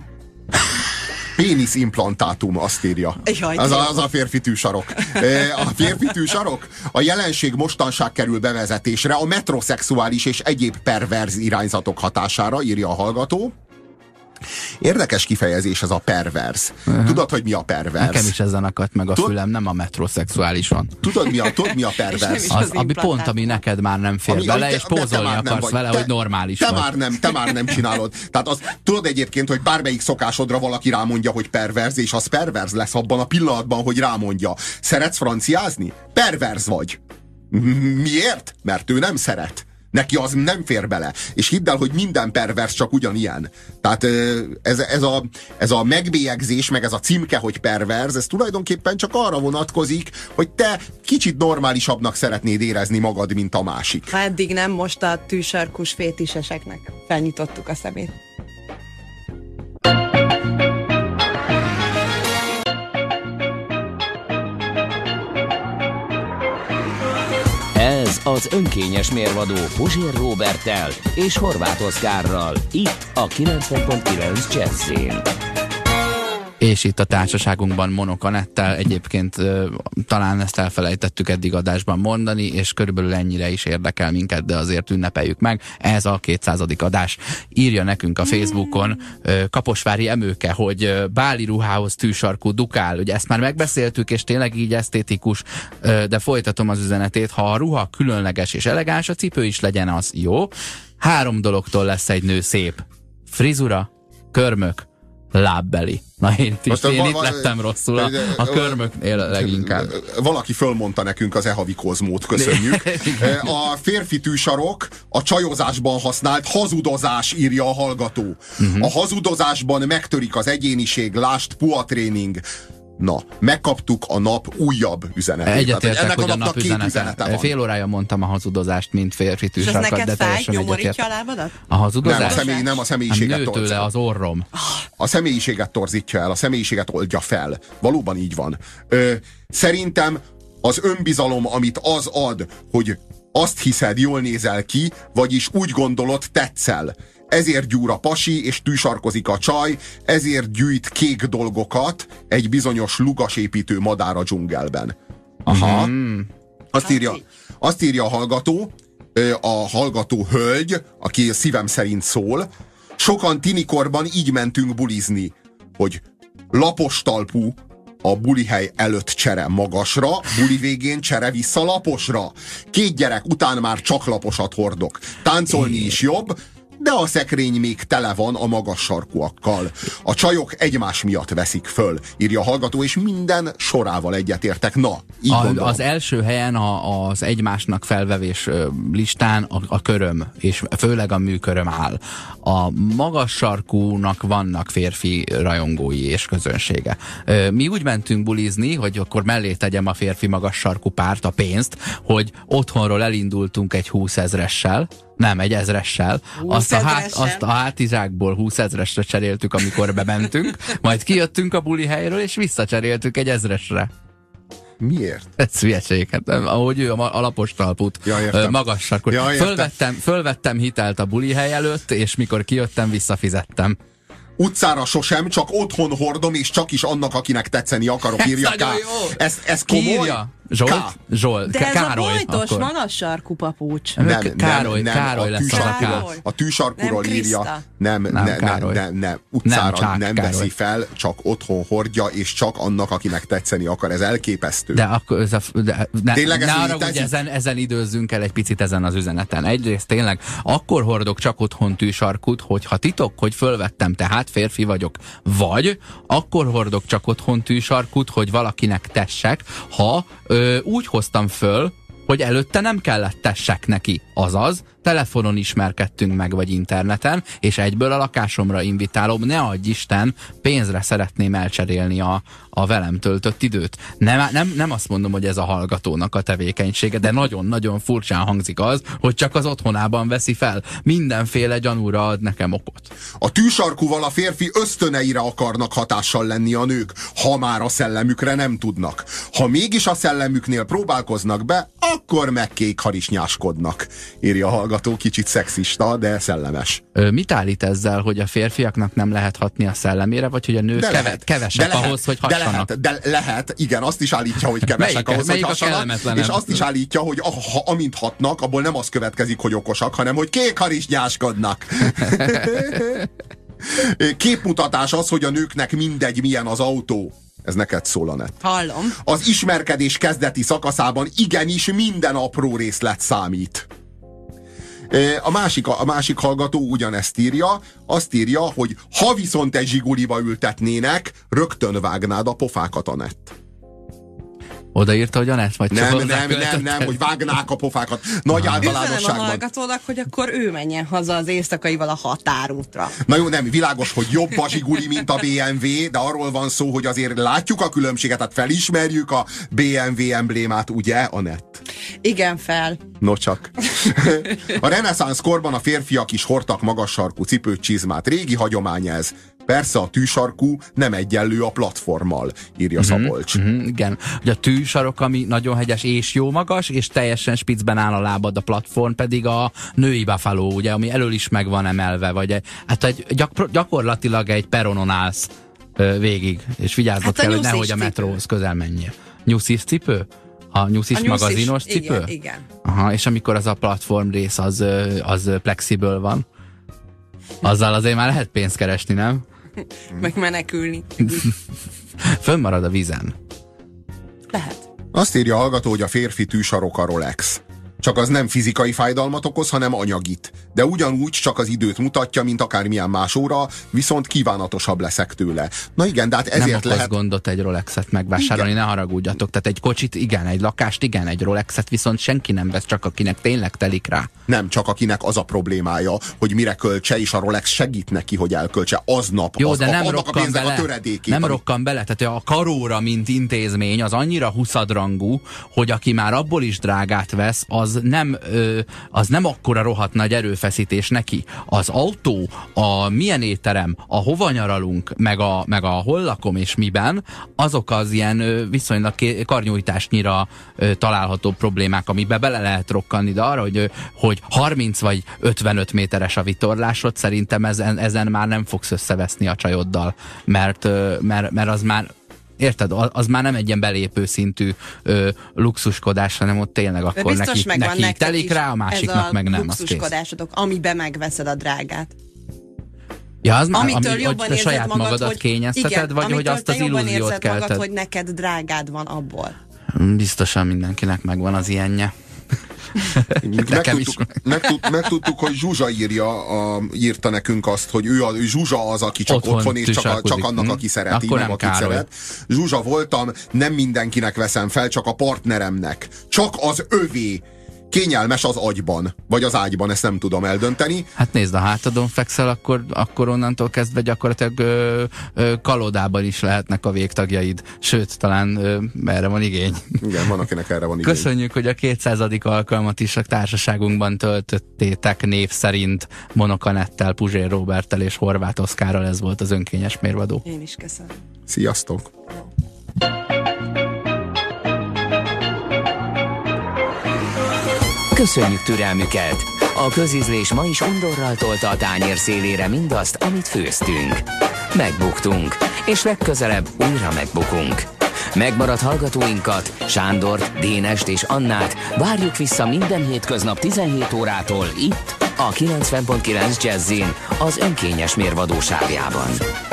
Péniszimplantátum, azt írja. Jaj, az, a, az a férfi tűsarok. A férfi tűsarok? A jelenség mostanság kerül bevezetésre a metroszexuális és egyéb perverz irányzatok hatására, írja a hallgató. Érdekes kifejezés ez a perverz. Uh-huh. Tudod, hogy mi a perverz? Nekem is ezen akadt meg a Tud... fülem, nem a metroszexuálisan. Tudod, mi a, tudod, mi a perverz? Az, ami pont, ami neked már nem fér ami, bele, ami te, és pózolni akarsz vagy. vele, te, hogy normális te vagy. Már nem, te már nem csinálod. Tehát az, tudod egyébként, hogy bármelyik szokásodra valaki rámondja, hogy perverz, és az perverz lesz abban a pillanatban, hogy rámondja. Szeretsz franciázni? Perverz vagy. Miért? Mert ő nem szeret. Neki az nem fér bele. És hidd el, hogy minden pervers csak ugyanilyen. Tehát ez, ez, a, ez a megbélyegzés, meg ez a címke, hogy perverz, ez tulajdonképpen csak arra vonatkozik, hogy te kicsit normálisabbnak szeretnéd érezni magad, mint a másik. Ha eddig nem, most a tűsarkus fétiseseknek felnyitottuk a szemét. Ez az önkényes mérvadó Puzsér Róberttel és Horváth Oszkárral, itt a kilencven pont kilenc Jazz-én. És itt a társaságunkban Monok Anettel, egyébként uh, talán ezt elfelejtettük eddig adásban mondani, és körülbelül ennyire is érdekel minket, de azért ünnepeljük meg. Ez a kétszázadik adás. Írja nekünk a Facebookon uh, Kaposvári Emőke, hogy uh, báli ruhához tűsarkú dukál. Ugye ezt már megbeszéltük, és tényleg így esztétikus, uh, de folytatom az üzenetét. Ha a ruha különleges és elegáns, a cipő is legyen az. Jó? Három dologtól lesz egy nő szép. Frizura, körmök, lábbeli. Na én, is, én val- itt lettem rosszul a, a körmöknél leginkább. Valaki fölmondta nekünk az e-havi kozmót, köszönjük. A férfi tűsarok a csajozásban használt hazudozás, írja a hallgató. Uh-huh. A hazudozásban megtörik az egyéniség, lásd Pua tréning. Na, megkaptuk a nap újabb üzenetét. Egyetértek, hogy a nap üzenete. Fél órája mondtam a hazudozást, mint férfi tűsarkat, de teljesen nyomorítja a lábadat? A hazudozás? Nem, a, személy, nem, a személyiséget torzítja. Nő tőle az orrom. A személyiséget torzítja el, a személyiséget oldja fel. Valóban így van. Ö, szerintem az önbizalom, amit az ad, hogy azt hiszed, jól nézel ki, vagyis úgy gondolod, tetszel. Ezért gyúr a pasi, és tűsarkozik a csaj, ezért gyűjt kék dolgokat egy bizonyos lugasépítő madár a dzsungelben. Aha. Mm. Azt írja, azt írja a hallgató, a hallgató hölgy, aki szívem szerint szól. Sokan tinikorban így mentünk bulizni, hogy lapos talpú, a bulihely előtt csere magasra, buli végén csere vissza laposra. Két gyerek után már csak laposat hordok. Táncolni is jobb, de a szekrény még tele van a magas sarkúakkal. A csajok egymás miatt veszik föl, írja a hallgató, és minden sorával egyetértek. Na, így a, az első helyen a, az egymásnak felvevés listán a, a köröm, és főleg a műköröm áll. A magas sarkúnak vannak férfi rajongói és közönsége. Mi úgy mentünk bulizni, hogy akkor mellé tegyem a férfi magas sarkú párt, a pénzt, hogy otthonról elindultunk egy húszezressel, nem, egy ezressel. Azt a, hát, azt a hátizsákból húszezresre cseréltük, amikor bementünk, majd kijöttünk a buli helyről, és visszacseréltük egy ezresre. Miért? Ez hülyeség. Hát, ahogy ő a alapos talpút, ja, magas sarkú. Ja, fölvettem, fölvettem hitelt a buli hely előtt, és mikor kijöttem, visszafizettem. Utcára sosem, csak otthon hordom, és csak is annak, akinek tetszeni akarok, írja K. Ez, ez komoly? Zsolt? Zsolt. De ez Károly, a bojtos, magas sarkú papucs. Nem, nem, Károly, nem, Károly lesz az a Károly. A tűsarkúról nem írja. Nem, nem, nem, nem, nem, nem. Utcára nem, nem Károly. veszi fel, csak otthon hordja, és csak annak, akinek tetszeni akar. Ez elképesztő. De akkor ez a, de, ne, tényleg ne arra, hogy ezen, ezen időzzünk el egy picit ezen az üzeneten. Egyrészt tényleg akkor hordok csak otthon tűsarkút, hogyha titok, hogy fölvettem, tehát férfi vagyok. Vagy akkor hordok csak otthon tűsarkút, hogy valakinek tessek, ha ö, úgy hoztam föl, hogy előtte nem kellett tessek neki. Azaz, telefonon ismerkedtünk meg, vagy interneten, és egyből a lakásomra invitálom, ne adj Isten, pénzre szeretném elcserélni a, a velem töltött időt. Nem, nem, nem azt mondom, hogy ez a hallgatónak a tevékenysége, de nagyon-nagyon furcsán hangzik az, hogy csak az otthonában veszi fel. Mindenféle gyanúra ad nekem okot. A tűsarkúval a férfi ösztöneire akarnak hatással lenni a nők, ha már a szellemükre nem tudnak. Ha mégis a szellemüknél próbálkoznak be, akkor meg kékharisnyáskodnak, írja a hallgató, kicsit szexista, de szellemes. Ö, mit állít ezzel, hogy a férfiaknak nem lehet hatni a szellemére, vagy hogy a nők keve, lehet, kevesek lehet, ahhoz, hogy hassanak? De lehet, de lehet, igen, azt is állítja, hogy kevesek melyik, ahhoz, melyik hogy hassanak, és azt is állítja, hogy a, ha, amint hatnak, abból nem az következik, hogy okosak, hanem hogy kékharisnyáskodnak. Képmutatás az, hogy a nőknek mindegy, milyen az autó. Ez neked szól, Anett. Hallom. Az ismerkedés kezdeti szakaszában igenis minden apró részlet számít. A másik, a másik hallgató ugyanezt írja, azt írja, hogy ha viszont egy zsiguliba ültetnének, rögtön vágnád a pofákat, Anett. Odaírta, hogy Anett, vagy csak nem, nem, nem, nem, hogy vágnák a pofákat. Nagy általánosságban. Üzenem a hallgatónak, hogy akkor ő menjen haza az éjszakaival a határútra. Na jó, nem, világos, hogy jobb a zsiguli, mint a bé em vé, de arról van szó, hogy azért látjuk a különbséget, tehát felismerjük a bé em vé emblémát, ugye, Anett? Igen, fel. No csak. A reneszánsz korban a férfiak is hordtak magas sarkú cipőt, csizmát. Régi hagyomány ez. Persze a tűsarkú nem egyenlő a platformmal, írja uh-huh, Szabolcs. Uh-huh, igen. Hogy a tűsarok, ami nagyon hegyes és jó magas, és teljesen spicben áll a lábad, a platform pedig a női buffalo, ugye, ami elől is meg van emelve, vagy hát egy, gyak, gyakorlatilag egy peronon állsz. ö, végig, és vigyáznod Hát kell, hogy nehogy a nyuszis metróhoz közel menjél. Nyuszis cipő? A nyuszis A magazinos cipő? Igen, igen. Aha, és amikor az a platform rész az, ö, az flexiből van, azzal azért már lehet pénzt keresni, nem? Meg menekülni. Fönnmarad a vízen. Lehet. Azt írja a hallgató, hogy a férfi tűsarok a Rolex. Csak az nem fizikai fájdalmat okoz, hanem anyagit. De ugyanúgy csak az időt mutatja, mint akármilyen más óra, viszont kívánatosabb leszek tőle. Na igen, de hát ezért nem okoz lehet... gondot egy Rolexet megvásárolni, igen. Ne haragudjatok. Tehát egy kocsit igen, egy lakást igen, egy Rolexet viszont senki nem vesz, csak akinek tényleg telik rá. Nem, csak akinek az a problémája, hogy mire költse, és a Rolex segít neki, hogy elköltse aznap. Jó, az, de nem a, rokkan bele, a töredékét, nem ami... rokkan bele, tehát a karóra, mint intézmény, az annyira huszadrangú, hogy aki már abból is drágát vesz, az nem, ö, az nem akkora rohadt nagy erőfeszítés neki. Az autó, a milyen étterem, a hova nyaralunk, meg a, meg a hol lakom és miben, azok az ilyen ö, viszonylag karnyújtásnyira ö, található problémák, amiben bele lehet rokkanni, de arra, hogy, ö, hogy harminc vagy ötvenöt méteres a vitorlásod, szerintem ezen, ezen már nem fogsz összeveszni a csajoddal, mert, ö, mert, mert az már érted, az már nem egy ilyen belépő szintű ö, luxuskodás, hanem ott tényleg akkor neki, neki telik rá, a másiknak meg nem. Ez a luxuskodásodok, amiben megveszed a drágát. Ja, az már, amitől ami, jobban hogy saját magad, magadat hogy, kényezteted, igen, vagy hogy azt az illúziót kelted? magad, hogy neked drágád van abból. Biztosan mindenkinek megvan az ilyenje. Megtudtuk, megtud, megtudtuk, hogy Zsuzsa írja, a, írta nekünk azt, hogy ő, a, ő Zsuzsa az, aki csak otthon, otthon és csak, a, csak annak, hm? aki szereti, Akkor nem, nem akit Károly. szeret. Zsuzsa voltam, nem mindenkinek veszem fel, csak a partneremnek. Csak az övé. Kényelmes az agyban, vagy az ágyban, ezt nem tudom eldönteni. Hát nézd, a hátadon fekszel, akkor, akkor onnantól kezdve gyakorlatilag ö, ö, kalodában is lehetnek a végtagjaid. Sőt, talán ö, erre van igény. Igen, van, akinek erre van igény. Köszönjük, hogy a kétszázadik alkalmat is a társaságunkban töltöttétek név szerint Monokanettel, Puzsér Róberttel és Horváth Oszkárral. Ez volt az önkényes mérvadó. Én is köszönöm. Sziasztok! Köszönjük türelmüket! A közízlés ma is undorral tolta a tányér szélére mindazt, amit főztünk. Megbuktunk, és legközelebb újra megbukunk. Megmaradt hallgatóinkat, Sándort, Dénest és Annát várjuk vissza minden hétköznap tizenhét órától itt, a kilencven pont kilenc Jazzin, az önkényes mérvadó sávjában.